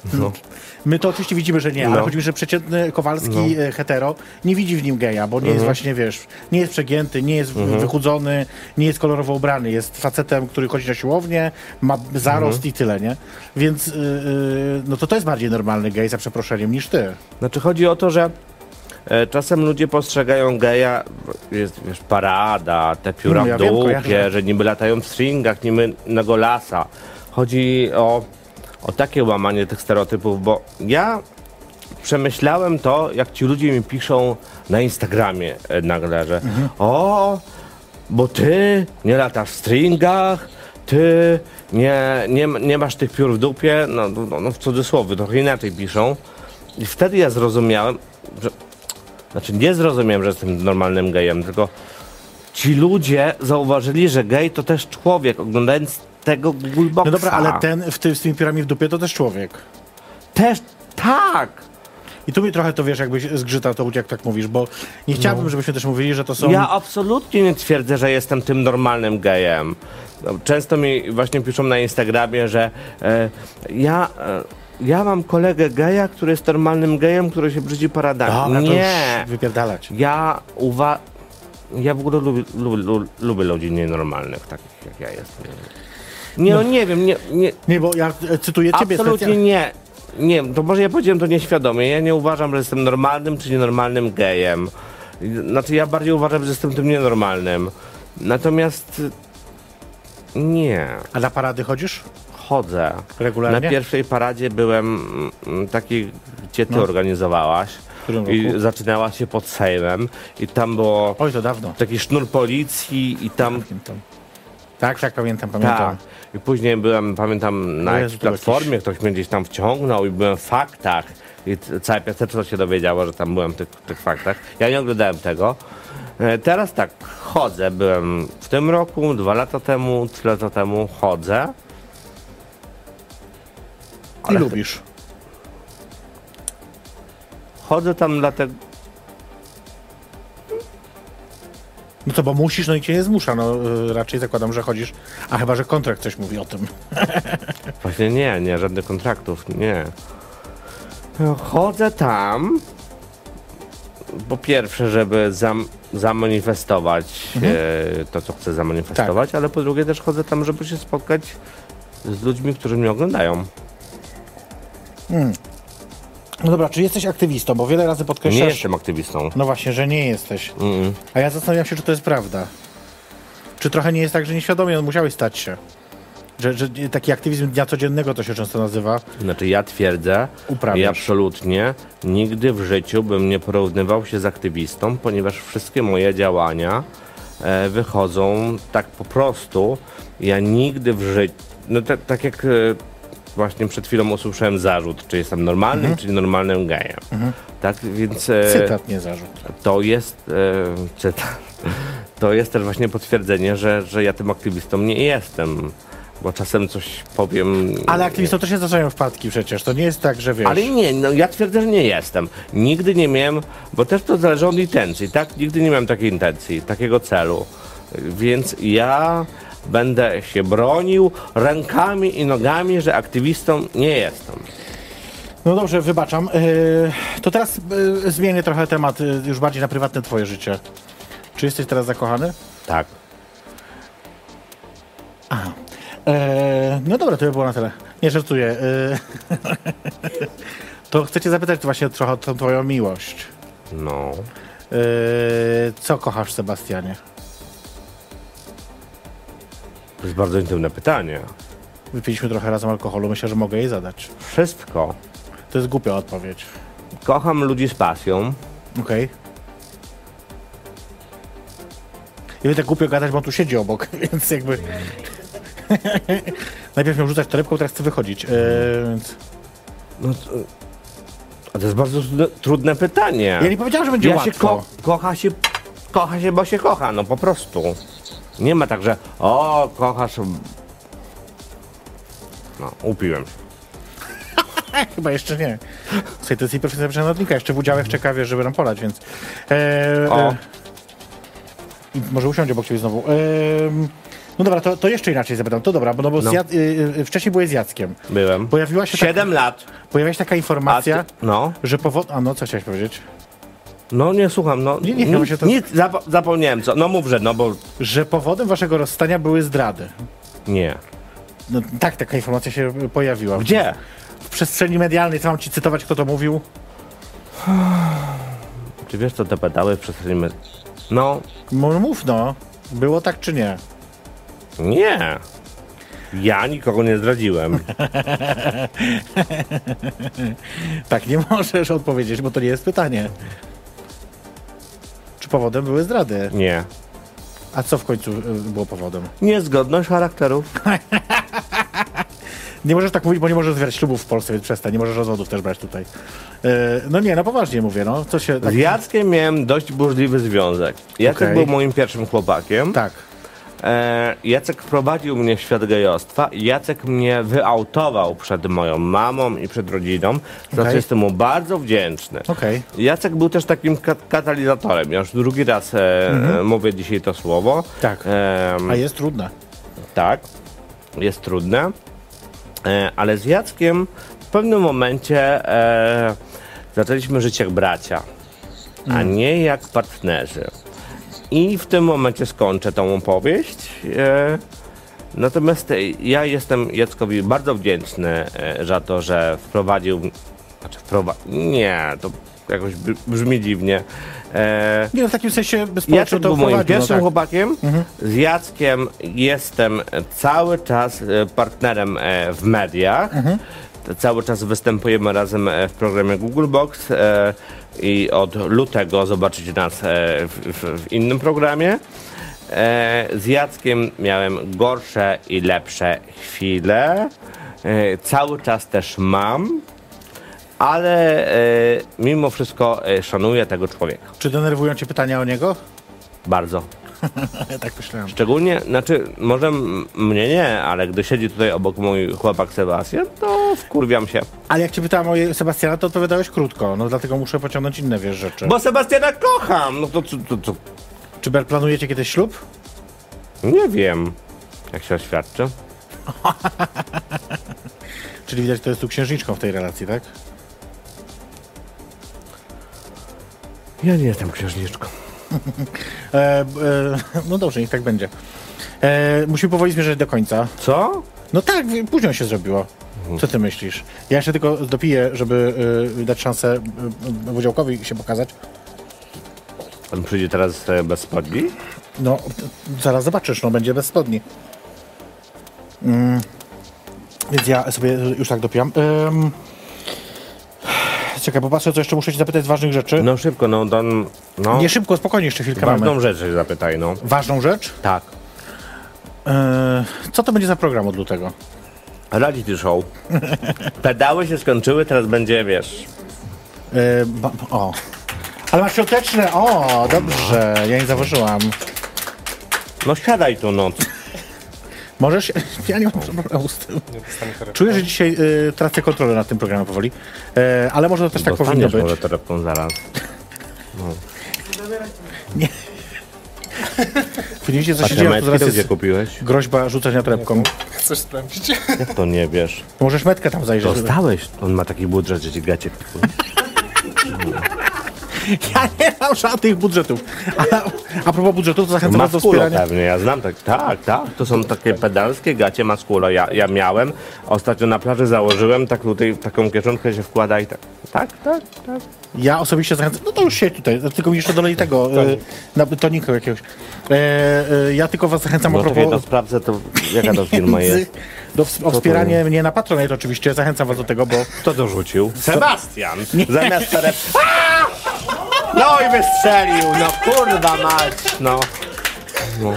My to oczywiście widzimy, że nie, ale
No.
chodzi mi, że przeciętny Kowalski e, hetero nie widzi w nim geja, bo nie jest właśnie, wiesz, nie jest przegięty, nie jest w- wychudzony, nie jest kolorowo ubrany. Jest facetem, który chodzi na siłownię, ma zarost i tyle, nie? Więc yy, yy, no to to jest bardziej normalny gej, za przeproszeniem, niż ty.
Znaczy chodzi o to, że e, czasem ludzie postrzegają geja, jest wiesz, parada, te pióra
No, ja
w
wiem,
dupie,
kojarzę.
że niby latają w stringach, niby na golasa. Chodzi o, o takie łamanie tych stereotypów, bo ja przemyślałem to, jak ci ludzie mi piszą na Instagramie e, nagle, że o, bo ty nie latasz w stringach, ty nie, nie, nie masz tych piór w dupie, no, no, no w cudzysłowie, trochę inaczej piszą. I wtedy ja zrozumiałem, że, znaczy nie zrozumiałem, że jestem normalnym gejem, tylko ci ludzie zauważyli, że gej to też człowiek, oglądając tego Googleboxa.
No dobra, ale ten w ty, z tymi piórami w dupie to też człowiek.
Też tak!
I tu mi trochę to, wiesz, jakbyś zgrzytał to, jak tak mówisz, bo nie chciałbym, żebyśmy też mówili, że to są...
Ja absolutnie nie twierdzę, że jestem tym normalnym gejem. No, często mi właśnie piszą na Instagramie, że e, ja, e, ja mam kolegę geja, który jest normalnym gejem, który się brzydzi paradami.
Dobra, to
Nie!
już wypierdalać.
Ja uwa... Ja w ogóle lubię, lubię, lubię, lubię ludzi nienormalnych, takich jak ja jestem. Nie, no, nie wiem, nie, nie,
Nie, bo ja e, cytuję ciebie
absolutnie
specjalnie.
nie. Nie, to może ja powiedziałem to nieświadomie. Ja nie uważam, że jestem normalnym czy nienormalnym gejem. Znaczy ja bardziej uważam, że jestem tym nienormalnym. Natomiast nie.
A na parady chodzisz?
Chodzę.
Regularnie?
Na pierwszej paradzie byłem mm, taki, gdzie ty
No.
organizowałaś.
W którym
I
roku?
zaczynała się pod Sejmem. I tam było
Oj, to dawno.
taki sznur policji i tam...
Pamiętam. Tak, tak, pamiętam, pamiętam.
Tak. I później byłem, pamiętam, na
O
jakiejś
Jezu, to
platformie,
jakiś-
ktoś mnie gdzieś tam wciągnął i byłem w faktach. I c- całe miasteczko się dowiedziało, że tam byłem w tych, tych faktach. Ja nie oglądałem tego. E, Teraz tak, chodzę. Byłem w tym roku, dwa lata temu, trzy lata temu chodzę.
I lubisz.
Chodzę tam dlatego...
No to bo musisz, no i cię nie zmusza. No y, raczej zakładam, że chodzisz. A chyba, że kontrakt coś mówi o tym.
Właśnie nie, nie, żadnych kontraktów, nie. Chodzę tam, po pierwsze, żeby zam, zamanifestować e, to, co chcę zamanifestować, ale po drugie też chodzę tam, żeby się spotkać z ludźmi, którzy mnie oglądają.
No dobra, czy jesteś aktywistą? Bo wiele razy podkreślasz...
Nie jestem aktywistą.
No właśnie, że nie jesteś.
Mm.
A ja zastanawiam się, czy to jest prawda. Czy trochę nie jest tak, że nieświadomie musiałeś stać się? Że, że taki aktywizm dnia codziennego to się często nazywa.
Znaczy ja twierdzę
Uprawiasz.
i absolutnie nigdy w życiu bym nie porównywał się z aktywistą, ponieważ wszystkie moje działania e, wychodzą tak po prostu. Ja nigdy w życiu, no te, tak jak e, właśnie przed chwilą usłyszałem zarzut, czy jestem normalnym,
Mhm.
czy nienormalnym gejem. Tak, więc e,
Cytat, nie zarzut.
to jest e, cytat. To jest też właśnie potwierdzenie, że, że ja tym aktywistą nie jestem. Bo czasem coś powiem...
Ale aktywistą też się zdarzają wpadki przecież. To nie jest tak, że wiesz...
Ale nie, no ja twierdzę, że nie jestem. Nigdy nie miałem, bo też to zależy od intencji, tak? Nigdy nie miałem takiej intencji, takiego celu. Więc ja będę się bronił rękami i nogami, że aktywistą nie jestem.
No dobrze, wybaczam. Yy, to teraz yy, zmienię trochę temat, yy, już bardziej na prywatne twoje życie. Czy jesteś teraz zakochany?
Tak.
Aha. E, no dobra, to by było na tyle. Nie żartuję. E, to chcę cię zapytać właśnie trochę o tą twoją miłość.
No.
E, co kochasz w Sebastianie?
To jest bardzo intymne pytanie.
Wypiliśmy trochę razem alkoholu, myślę, że mogę jej zadać.
Wszystko.
To jest głupia odpowiedź.
Kocham ludzi z pasją.
Okej. I tak głupio gadać, bo on tu siedzi obok, więc jakby... Najpierw miał rzucać torebką, teraz chce wychodzić, e, więc...
No to, a to jest bardzo trudne, trudne pytanie.
Ja nie powiedziałem, że będzie
Ja
łatwo.
się ko- kocha się, kocha się, bo się kocha, no po prostu. Nie ma tak, że o, kochasz... No, upiłem się.
Chyba jeszcze nie. Słuchaj, to jest jej perfekcyjna przewodnika. Jeszcze w udziałach czeka, wiesz, żeby nam polać, więc... E,
O.
e, i może usiądzie obok ciebie znowu. E, no dobra, to, to jeszcze inaczej zapytam. To dobra, bo, no bo
No.
z Jad, y, y, wcześniej byłeś z Jackiem.
Byłem.
Pojawiła się, taka,
Siedem lat.
pojawiła się taka
A
informacja,
ty, no,
że powod... A no, co chciałeś powiedzieć?
no nie słucham, no.
Nie, nie,
nic,
bo się to-
nic zapo- zapomniałem co. No mówże, no bo
Że powodem waszego rozstania były zdrady.
nie.
No tak, taka informacja się pojawiła.
Gdzie?
W przestrzeni medialnej, co mam ci cytować, kto to mówił?
Czy wiesz co te pedały w przestrzeni? No,
No mów no, było tak czy nie?
nie. Ja nikogo nie zdradziłem.
Tak, nie możesz odpowiedzieć, bo to nie jest pytanie. Czy powodem były zdrady?
Nie.
A co w końcu y, było powodem?
Niezgodność charakterów.
Nie możesz tak mówić, bo nie możesz zwierać ślubów w Polsce, więc przestań. Nie możesz rozwodów też brać tutaj. Yy, no nie, no poważnie mówię, no. Co się... Tak,
Z Jackiem miałem dość burzliwy związek. Jacek
Okej.
był moim pierwszym chłopakiem.
tak.
E, Jacek wprowadził mnie w świat gejostwa. Jacek mnie wyautował przed moją mamą i przed rodziną, za co
Okej.
jestem mu bardzo wdzięczny.
Okej.
Jacek był też takim ka- katalizatorem. Ja już drugi raz e, e, mówię dzisiaj to słowo.
Tak.
Em,
A jest trudne.
Tak, jest trudne, e, ale z Jackiem w pewnym momencie e, zaczęliśmy żyć jak bracia, a nie jak partnerzy. I w tym momencie skończę tą opowieść. E, natomiast e, ja jestem Jackowi bardzo wdzięczny e, za to, że wprowadził, znaczy wprowadził, nie, to jakoś br- brzmi dziwnie. E,
Nie, no w takim sensie społecznym
Jacek
to
był moim
wprowadził,
pierwszym
no tak.
chłopakiem. Z Jackiem jestem cały czas e, partnerem e, w mediach. Cały czas występujemy razem e, w programie Google Box e, i od lutego zobaczycie nas e, w, w, w innym programie. E, z Jackiem miałem gorsze i lepsze chwile. E, cały czas też mam. Ale e, mimo wszystko e, szanuję tego człowieka.
Czy denerwują cię pytania o niego?
Bardzo.
Ja tak myślałem.
Szczególnie, znaczy, może m- mnie nie, ale gdy siedzi tutaj obok mój chłopak Sebastian, to wkurwiam się.
Ale jak cię pytałem o Sebastiana, to odpowiadałeś krótko, no dlatego muszę pociągnąć inne, wiesz, rzeczy.
Bo Sebastiana kocham! No to co, to, to,
Czy Ber, planujecie kiedyś ślub?
nie wiem, jak się oświadczy.
Czyli widać, to jest tu księżniczką w tej relacji, tak?
Ja nie jestem księżniczką.
E, e, no dobrze, niech tak będzie. E, musimy powoli zmierzać do końca.
Co?
No tak, późno się zrobiło. Co ty myślisz? Ja jeszcze tylko dopiję, żeby y, dać szansę y, Wodziałkowi się pokazać.
On przyjdzie teraz e, bez spodni?
No, zaraz zobaczysz, no będzie bez spodni. Mm. Więc ja sobie już tak dopijam. Ym. Czekaj, popatrzę, co jeszcze muszę cię zapytać z ważnych rzeczy.
No szybko, no, don, no.
Nie szybko, spokojnie, jeszcze chwilkę
Ważną
mamy.
rzecz się zapytaj, no.
Ważną rzecz?
Tak.
Yy, co to będzie za program od lutego?
Reality show. Pedały się skończyły, teraz będzie, wiesz...
Yy, ba, o. Ale masz świąteczne, o, dobrze, ja nie zauważyłam.
No siadaj tu, no.
Możesz? Ja nie mam problemu z tym. Czuję, że dzisiaj y, tracę kontrolę nad tym programem powoli, y, ale może to też tak powinno
Dostaniesz
być.
może telefon zaraz.
Widzicie, co
A
się
te
dzieje? To
metki
zaraz
to gdzie
jest
kupiłeś?
groźba rzucania torebką.
Chcesz sprawdzić?
Jak to nie wiesz?
Możesz metkę tam zajrzeć.
Dostałeś. On ma taki budżet, że ci gacie kupuje.
Ja nie mam żadnych budżetów. A, a propos budżetów, to zachęcam was do
Maskulo
wspierania.
pewnie, ja znam tak. Tak, tak. To są takie pedalskie gacie maskulo. Ja, ja miałem. Ostatnio na plaży założyłem, tak tutaj w taką kieszonkę się wkłada i tak. Tak, tak, tak.
Ja osobiście zachęcam, no to już siedź tutaj, tylko mi jeszcze dolej tego, y, na tonika jakiegoś. E, e, ja tylko was zachęcam
No
a
czekaj, to
propos...
sprawdzę, to jaka to firma jest.
Do ws- o wspieranie mnie na Patronite oczywiście, zachęcam was do tego, bo...
Kto to rzucił? Sebastian! Zamiast terep... No i wystrzelił, no kurwa mać, no. no.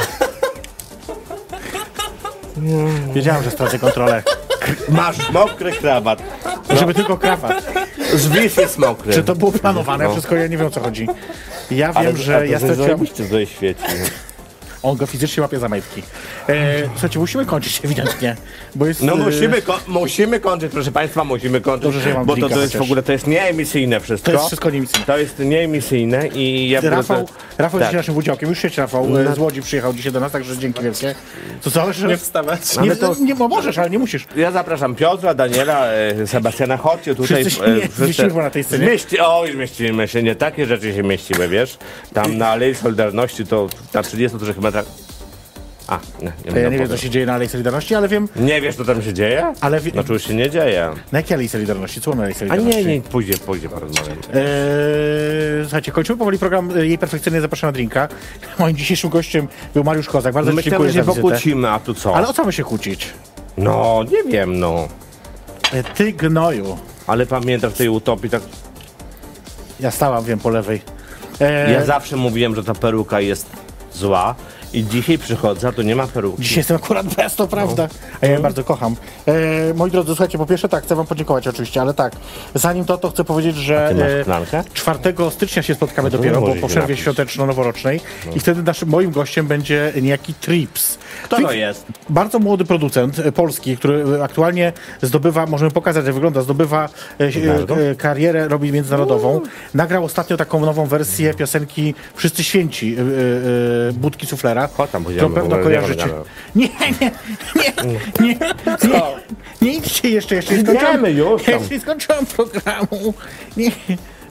Wiedziałem, że stracę kontrolę.
Masz mokry krawat.
Żeby tylko krawat.
Zwis jest mokry.
Czy to było planowane?
No.
Wszystko ja nie wiem, o co chodzi. Ja wiem,
Ale,
że ja straciłem...
zajebiście tutaj świeci.
On go fizycznie łapie za majtki. E, słuchajcie, musimy kończyć ewidentnie, bo jest...
No
e,
musimy, ko- musimy kończyć, proszę Państwa, musimy kończyć,
Dobrze, że ja mam
bo to,
drinka
to jest w
chociaż.
ogóle, to jest nieemisyjne wszystko.
To jest wszystko nieemisyjne.
To jest nieemisyjne i ja...
Rafał, Rafał
tak.
dzisiaj naszym udziałkiem, już siedź Rafał, e, z Łodzi przyjechał dzisiaj do nas, także dzięki wielkie. To co, że...
Nie wstawać.
Nie,
Ale to-
nie, no możesz, ale nie musisz.
Ja zapraszam Piotra, Daniela, e, Sebastiana, chodźcie tutaj.
Wszyscy się nie zmieścimy na tej scenie.
Zmieści, oj, zmieścimy się, nie takie rzeczy się mieściły, wiesz. Tam na Alei Solidarności to na trzydziestu trzech metrach... A, nie, nie,
Ja nie wiem, co się dzieje na Alei Solidarności, ale wiem...
Nie wiesz, co tam się dzieje?
Ale wie-
Znaczy już się nie dzieje.
Na jakiej Alei Solidarności? Co na Alei
A
Solidarności?
nie, nie, pójdzie, pójdzie porozmawiać.
Eee, słuchajcie, kończymy powoli program e, Jej Perfekcyjnie Zapraszam na drinka. Moim dzisiejszym gościem był Mariusz Kozak. Bardzo
No
Ci
myślałem,
dziękuję
że się
za wizytę.
pokłócimy, a tu co?
Ale o co my się kłócić?
No, nie wiem, no.
E, Ty gnoju.
Ale pamiętam w tej utopii, tak...
Ja stałam, wiem, po lewej. Eee,
Ja zawsze mówiłem, że ta peruka jest zła i dzisiaj przychodzę, a tu nie ma peruki.
Dzisiaj jestem akurat bez, to prawda. A ja je bardzo kocham. E, moi drodzy, słuchajcie, po pierwsze tak, chcę wam podziękować oczywiście, ale tak, zanim to, to chcę powiedzieć, że
ty masz
e,
szklankę?
czwartego stycznia się spotkamy
No to
dopiero, bo
możesz
po
się
przerwie
napić.
świąteczno-noworocznej i wtedy naszym, moim gościem będzie niejaki Trips.
Kto
Trips-
to jest?
Bardzo młody producent e, polski, który e, aktualnie zdobywa, możemy pokazać jak wygląda, zdobywa e, e, karierę, robi międzynarodową. Nagrał ostatnio taką nową wersję piosenki Wszyscy Święci, e, e, Budki Suflera,
Chodź tam,
którą
pójdziemy,
pewno
bo nie
kojarzycie.
gadamy.
Nie, nie, nie, nie, nie, nie idźcie jeszcze, jeszcze nie skończyłam,
Idziemy już tam.
jeszcze nie skończyłam programu. Nie. Yy,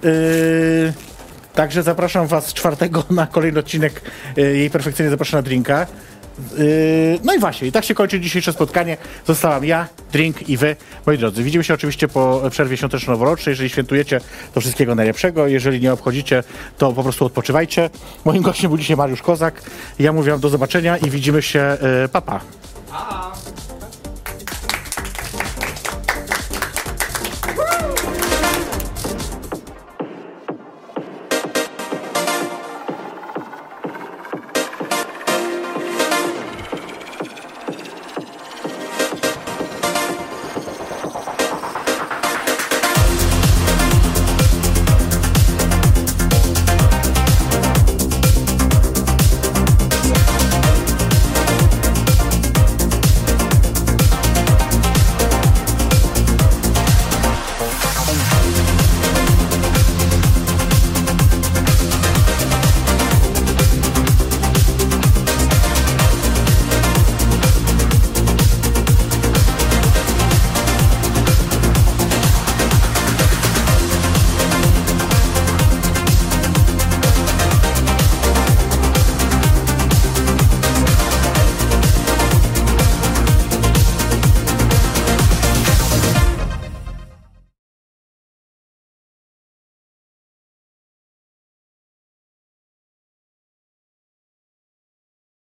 także zapraszam was czwartego na kolejny odcinek yy, Jej Perfekcyjnie Zapraszam na drinka. Yy, no i właśnie, i tak się kończy dzisiejsze spotkanie. Zostałam ja, drink i wy. Moi drodzy, widzimy się oczywiście po przerwie świąteczno-noworocznej. Jeżeli świętujecie, to wszystkiego najlepszego. Jeżeli nie obchodzicie, to po prostu odpoczywajcie. Moim gościem był dzisiaj Mariusz Kozak. Ja mówię wam do zobaczenia i widzimy się. Yy, pa, pa.